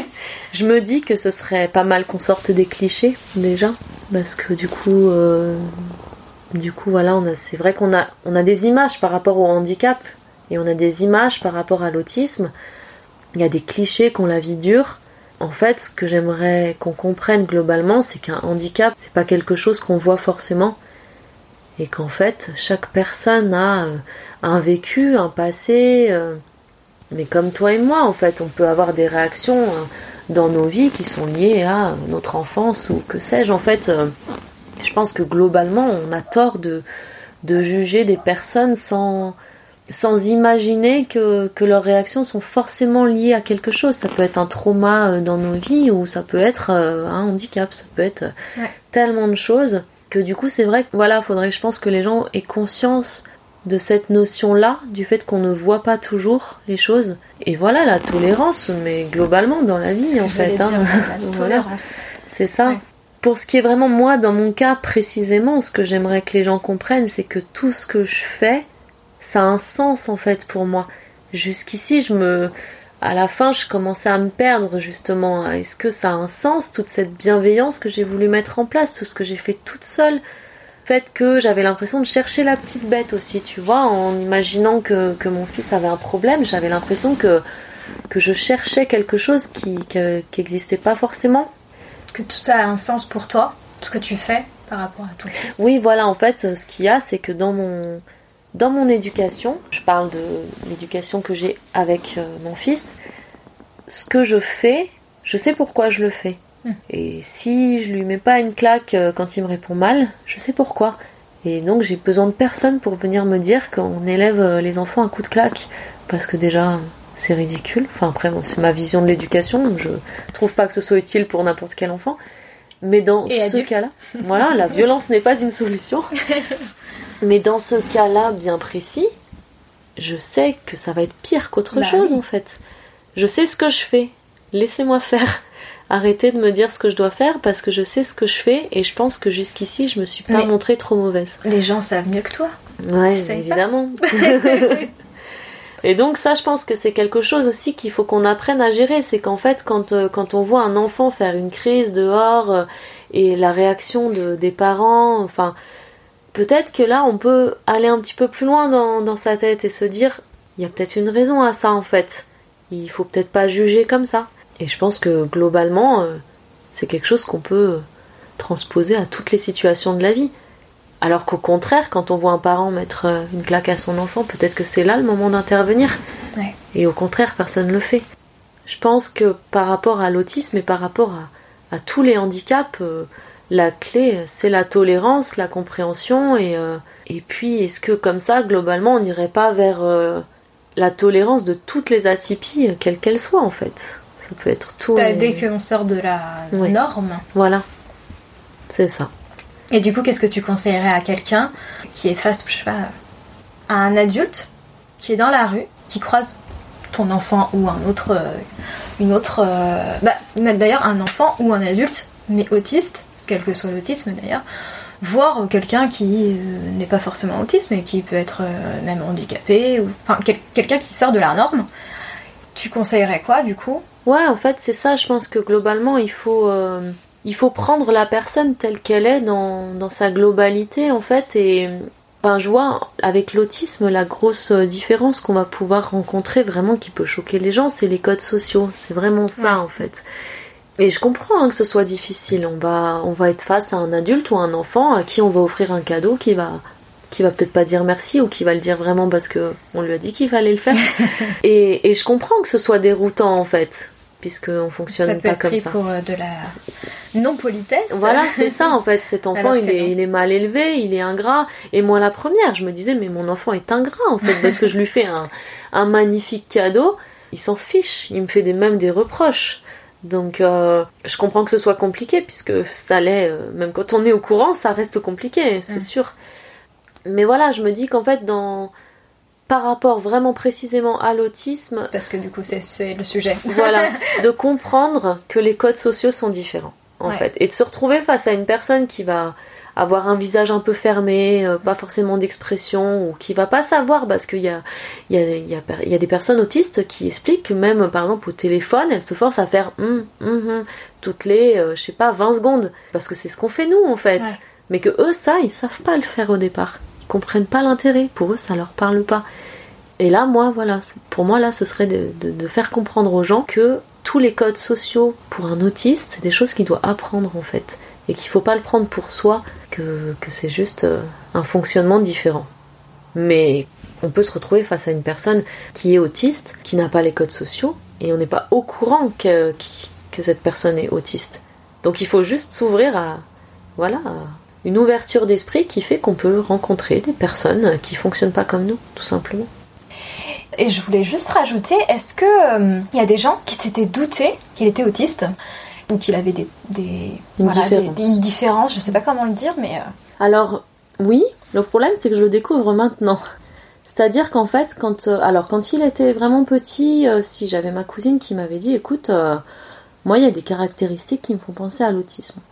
Je me dis que ce serait pas mal qu'on sorte des clichés déjà parce que du coup euh... Du coup, voilà, on a, c'est vrai qu'on a, on a des images par rapport au handicap et on a des images par rapport à l'autisme. Il y a des clichés qu'on la vie dure. En fait, ce que j'aimerais qu'on comprenne globalement, c'est qu'un handicap, c'est pas quelque chose qu'on voit forcément et qu'en fait, chaque personne a euh, un vécu, un passé. Euh, mais comme toi et moi, en fait, on peut avoir des réactions euh, dans nos vies qui sont liées à notre enfance ou que sais-je. En fait. Euh, Je pense que globalement, on a tort de, de juger des personnes sans, sans imaginer que, que leurs réactions sont forcément liées à quelque chose. Ça peut être un trauma dans nos vies ou ça peut être un handicap, ça peut être ouais. tellement de choses que du coup, c'est vrai que voilà, faudrait que je pense que les gens aient conscience de cette notion-là, du fait qu'on ne voit pas toujours les choses. Et voilà, la tolérance, mais globalement dans la vie, en fait. Dire, hein. La tolérance. C'est ça. Ouais. pour ce qui est vraiment moi, dans mon cas précisément, ce que j'aimerais que les gens comprennent, c'est que tout ce que je fais, ça a un sens en fait pour moi. Jusqu'ici, je me... à la fin, je commençais à me perdre justement. Est-ce que ça a un sens, toute cette bienveillance que j'ai voulu mettre en place, tout ce que j'ai fait toute seule? Le fait que j'avais l'impression de chercher la petite bête aussi, tu vois, en imaginant que, que mon fils avait un problème, j'avais l'impression que, que je cherchais quelque chose qui n'existait pas forcément. Que tout ça a un sens pour toi, tout ce que tu fais par rapport à ton fils. Oui, voilà, en fait, ce qu'il y a, c'est que dans mon, dans mon éducation, je parle de l'éducation que j'ai avec euh, mon fils, ce que je fais, je sais pourquoi je le fais. Mmh. Et si je lui mets pas une claque euh, quand il me répond mal, je sais pourquoi. Et donc, j'ai besoin de personne pour venir me dire qu'on élève euh, les enfants à coups de claque. Parce que déjà... c'est ridicule. Enfin après, bon, c'est ma vision de l'éducation, donc je trouve pas que ce soit utile pour n'importe quel enfant. Mais dans Et ce adulte. cas-là, voilà, la violence n'est pas une solution. Mais dans ce cas-là bien précis, je sais que ça va être pire qu'autre bah chose oui. en fait. Je sais ce que je fais. Laissez-moi faire. Arrêtez de me dire ce que je dois faire parce que je sais ce que je fais et je pense que jusqu'ici je me suis pas Mais montrée trop mauvaise. Les gens savent mieux que toi. Ouais, Tu sais évidemment. Et donc ça, je pense que c'est quelque chose aussi qu'il faut qu'on apprenne à gérer. C'est qu'en fait, quand, euh, quand on voit un enfant faire une crise dehors euh, et la réaction de, des parents, enfin, peut-être que là, on peut aller un petit peu plus loin dans, dans sa tête et se dire, il y a peut-être une raison à ça, en fait. Il faut peut-être pas juger comme ça. Et je pense que globalement, euh, c'est quelque chose qu'on peut transposer à toutes les situations de la vie. Alors qu'au contraire, quand on voit un parent mettre une claque à son enfant, peut-être que c'est là le moment d'intervenir. Ouais. Et au contraire, personne ne le fait. Je pense que par rapport à l'autisme et par rapport à, à tous les handicaps, euh, la clé, c'est la tolérance, la compréhension. Et, euh, et puis, est-ce que comme ça, globalement, on n'irait pas vers euh, la tolérance de toutes les atypies, quelles qu'elles soient, en fait? Ça peut être tout. Bah, et... Dès qu'on sort de la ouais. norme. Voilà, c'est ça. Et du coup, qu'est-ce que tu conseillerais à quelqu'un qui est face, je sais pas, à un adulte qui est dans la rue, qui croise ton enfant ou un autre, euh, une autre, euh, bah, même d'ailleurs un enfant ou un adulte, mais autiste, quel que soit l'autisme d'ailleurs, voire quelqu'un qui euh, n'est pas forcément autiste, mais qui peut être euh, même handicapé, ou enfin quel- quelqu'un qui sort de la norme. Tu conseillerais quoi du coup ? Ouais, en fait, c'est ça. Je pense que globalement, il faut. Euh... Il faut prendre la personne telle qu'elle est dans, dans sa globalité, en fait, et ben, je vois avec l'autisme la grosse différence qu'on va pouvoir rencontrer vraiment qui peut choquer les gens, c'est les codes sociaux, c'est vraiment ça, ouais. En fait. Et je comprends hein, que ce soit difficile, on va, on va être face à un adulte ou un enfant à qui on va offrir un cadeau qui va, qui va peut-être pas dire merci ou qui va le dire vraiment parce que on lui a dit qu'il fallait le faire. et, et je comprends que ce soit déroutant, en fait. Puisqu'on fonctionne pas comme ça. Ça peut être pris pour euh, de la non-politesse. Voilà, c'est ça en fait. Cet enfant, il est, il est mal élevé, il est ingrat. Et moi, la première, je me disais, mais mon enfant est ingrat en fait, parce que je lui fais un, un magnifique cadeau. Il s'en fiche, il me fait des, même des reproches. Donc, euh, je comprends que ce soit compliqué, puisque ça l'est, euh, même quand on est au courant, ça reste compliqué, c'est mmh. sûr. Mais voilà, je me dis qu'en fait, dans... par rapport vraiment précisément à l'autisme... Parce que du coup, c'est, c'est le sujet. Voilà, de comprendre que les codes sociaux sont différents, en ouais. fait. Et de se retrouver face à une personne qui va avoir un visage un peu fermé, euh, pas forcément d'expression, ou qui va pas savoir, parce qu'il y a, il y, a, il y, a, il y a des personnes autistes qui expliquent que même, par exemple, au téléphone, elles se forcent à faire hum, hum, hum, toutes les, euh, je sais pas, vingt secondes. Parce que c'est ce qu'on fait nous, en fait. Ouais. Mais que eux, ça, ils savent pas le faire au départ. Ils comprennent pas l'intérêt. Pour eux, ça leur parle pas. Et là, moi, voilà, pour moi, là, ce serait de, de, de faire comprendre aux gens que tous les codes sociaux pour un autiste, c'est des choses qu'il doit apprendre, en fait. Et qu'il faut pas le prendre pour soi, que, que c'est juste un fonctionnement différent. Mais on peut se retrouver face à une personne qui est autiste, qui n'a pas les codes sociaux, et on n'est pas au courant que, que cette personne est autiste. Donc il faut juste s'ouvrir à, voilà, à une ouverture d'esprit qui fait qu'on peut rencontrer des personnes qui fonctionnent pas comme nous, tout simplement. Et je voulais juste rajouter, est-ce que euh, y a des gens qui s'étaient doutés qu'il était autiste ou qu'il avait des, des, une, voilà, différence. Des, des différences, je sais pas comment le dire, mais... Euh... Alors, oui, le problème c'est que je le découvre maintenant. C'est-à-dire qu'en fait, quand, euh, alors, quand il était vraiment petit, euh, si j'avais ma cousine qui m'avait dit, écoute, euh, moi il y a des caractéristiques qui me font penser à l'autisme.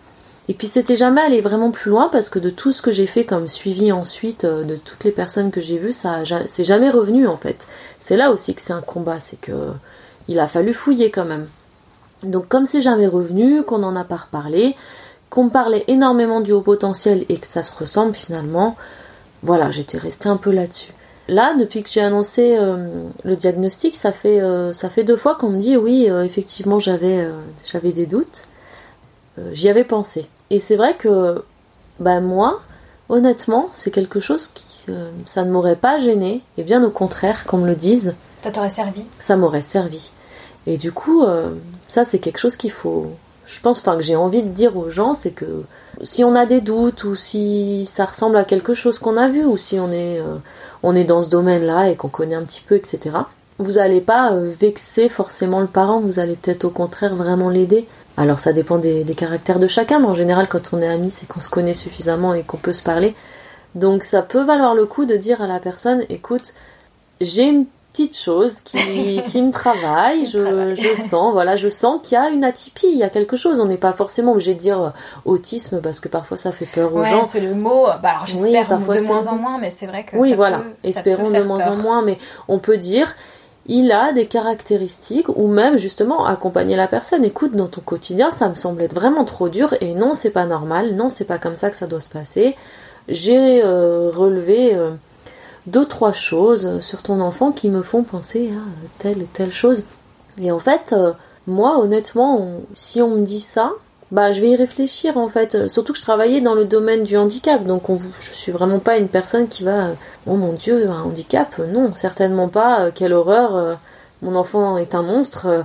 Et puis c'était jamais allé vraiment plus loin parce que de tout ce que j'ai fait comme suivi ensuite, euh, de toutes les personnes que j'ai vues, ça a, c'est jamais revenu en fait. C'est là aussi que c'est un combat, c'est que il a fallu fouiller quand même. Donc comme c'est jamais revenu, qu'on n'en a pas reparlé, qu'on me parlait énormément du haut potentiel et que ça se ressemble finalement, voilà, j'étais restée un peu là-dessus. Là, depuis que j'ai annoncé euh, le diagnostic, ça fait, euh, ça fait deux fois qu'on me dit oui, euh, effectivement j'avais, euh, j'avais des doutes. Euh, j'y avais pensé. Et c'est vrai que bah, moi, honnêtement, c'est quelque chose qui euh, ça ne m'aurait pas gêné, et bien au contraire, qu'on me le dise. Ça t'aurait servi ? Ça m'aurait servi. Et du coup, euh, ça c'est quelque chose qu'il faut... Je pense, enfin que j'ai envie de dire aux gens, c'est que si on a des doutes, ou si ça ressemble à quelque chose qu'on a vu, ou si on est... Euh, on est dans ce domaine-là et qu'on connaît un petit peu, et cetera. Vous n'allez pas euh, vexer forcément le parent, vous allez peut-être au contraire vraiment l'aider. Alors ça dépend des, des caractères de chacun, mais en général quand on est amis, c'est qu'on se connaît suffisamment et qu'on peut se parler. Donc ça peut valoir le coup de dire à la personne, écoute, j'ai une petite chose qui, qui me travaille, je, je sens, voilà, je sens qu'il y a une atypie, il y a quelque chose. On n'est pas forcément obligé de dire autisme parce que parfois ça fait peur aux ouais, gens. C'est le mot, bah alors j'espère oui, de moins en moins, mais c'est vrai que oui, ça voilà, peut, espérons ça peut de moins peur. en moins, mais on peut dire il a des caractéristiques ou même justement accompagner la personne. Écoute, dans ton quotidien, ça me semble être vraiment trop dur et non, c'est pas normal, non, c'est pas comme ça que ça doit se passer. J'ai euh, relevé euh, deux, trois choses sur ton enfant qui me font penser à telle et telle chose. Et en fait, euh, moi, honnêtement, on, si on me dit ça, bah, je vais y réfléchir en fait. Surtout que je travaillais dans le domaine du handicap, donc on, je suis vraiment pas une personne qui va... Oh mon Dieu, un handicap ? Non, certainement pas. Euh, quelle horreur, euh, mon enfant est un monstre. Euh,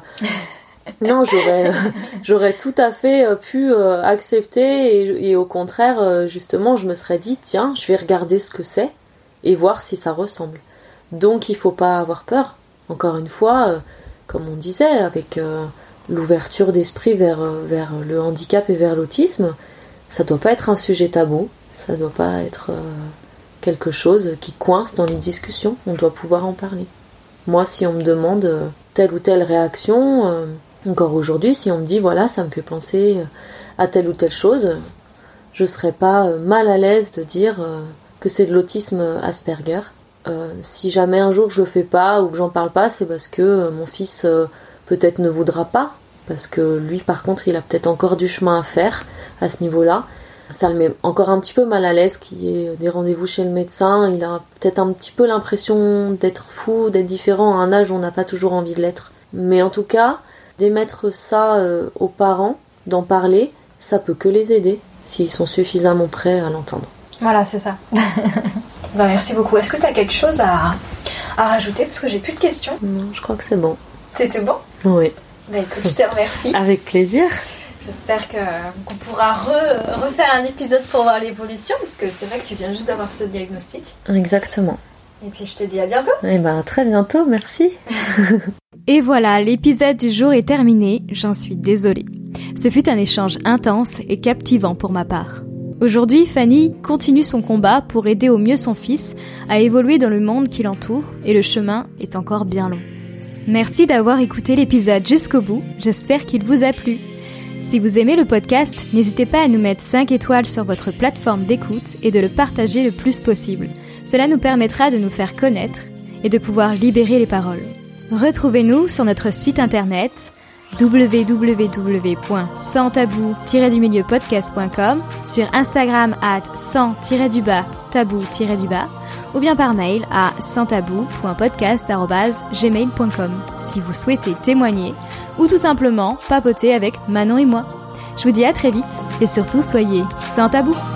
non, j'aurais, euh, j'aurais tout à fait euh, pu euh, accepter et, et au contraire, euh, justement, je me serais dit, tiens, je vais regarder ce que c'est et voir si ça ressemble. Donc il faut pas avoir peur. Encore une fois, euh, comme on disait, avec... Euh, l'ouverture d'esprit vers, vers le handicap et vers l'autisme, ça doit pas être un sujet tabou, ça doit pas être euh, quelque chose qui coince dans les discussions, on doit pouvoir en parler. Moi, si on me demande euh, telle ou telle réaction, euh, encore aujourd'hui, si on me dit voilà, ça me fait penser à telle ou telle chose, je serais pas euh, mal à l'aise de dire euh, que c'est de l'autisme Asperger. Euh, si jamais un jour je le fais pas ou que j'en parle pas, c'est parce que euh, mon fils euh, peut-être ne voudra pas, parce que lui par contre il a peut-être encore du chemin à faire à ce niveau-là. Ça le met encore un petit peu mal à l'aise qu'il y ait des rendez-vous chez le médecin, il a peut-être un petit peu l'impression d'être fou, d'être différent à un âge où on n'a pas toujours envie de l'être. Mais en tout cas, d'émettre ça euh, aux parents, d'en parler, ça peut que les aider, s'ils sont suffisamment prêts à l'entendre. Voilà, c'est ça. Ben, merci beaucoup. Est-ce que tu as quelque chose à, à rajouter ? Parce que j'ai plus de questions. Non, je crois que c'est bon. C'était bon ? Oui. Bah écoute, je te remercie. Avec plaisir. J'espère que, qu'on pourra re, refaire un épisode pour voir l'évolution, parce que c'est vrai que tu viens juste d'avoir ce diagnostic. Exactement. Et puis je te dis à bientôt. Et ben à très bientôt, merci. Et voilà, l'épisode du jour est terminé, j'en suis désolée. Ce fut un échange intense et captivant pour ma part. Aujourd'hui, Fanny continue son combat pour aider au mieux son fils à évoluer dans le monde qui l'entoure, et le chemin est encore bien long. Merci d'avoir écouté l'épisode jusqu'au bout, j'espère qu'il vous a plu. Si vous aimez le podcast, n'hésitez pas à nous mettre cinq étoiles sur votre plateforme d'écoute et de le partager le plus possible. Cela nous permettra de nous faire connaître et de pouvoir libérer les paroles. Retrouvez-nous sur notre site internet w w w point sans tabou tiret du milieu podcast point com, sur Instagram at sans tiret du bas tabou tiret du bas, ou bien par mail à sans tabou point podcast arobase gmail point com si vous souhaitez témoigner ou tout simplement papoter avec Manon et moi. Je vous dis à très vite et surtout soyez sans tabou.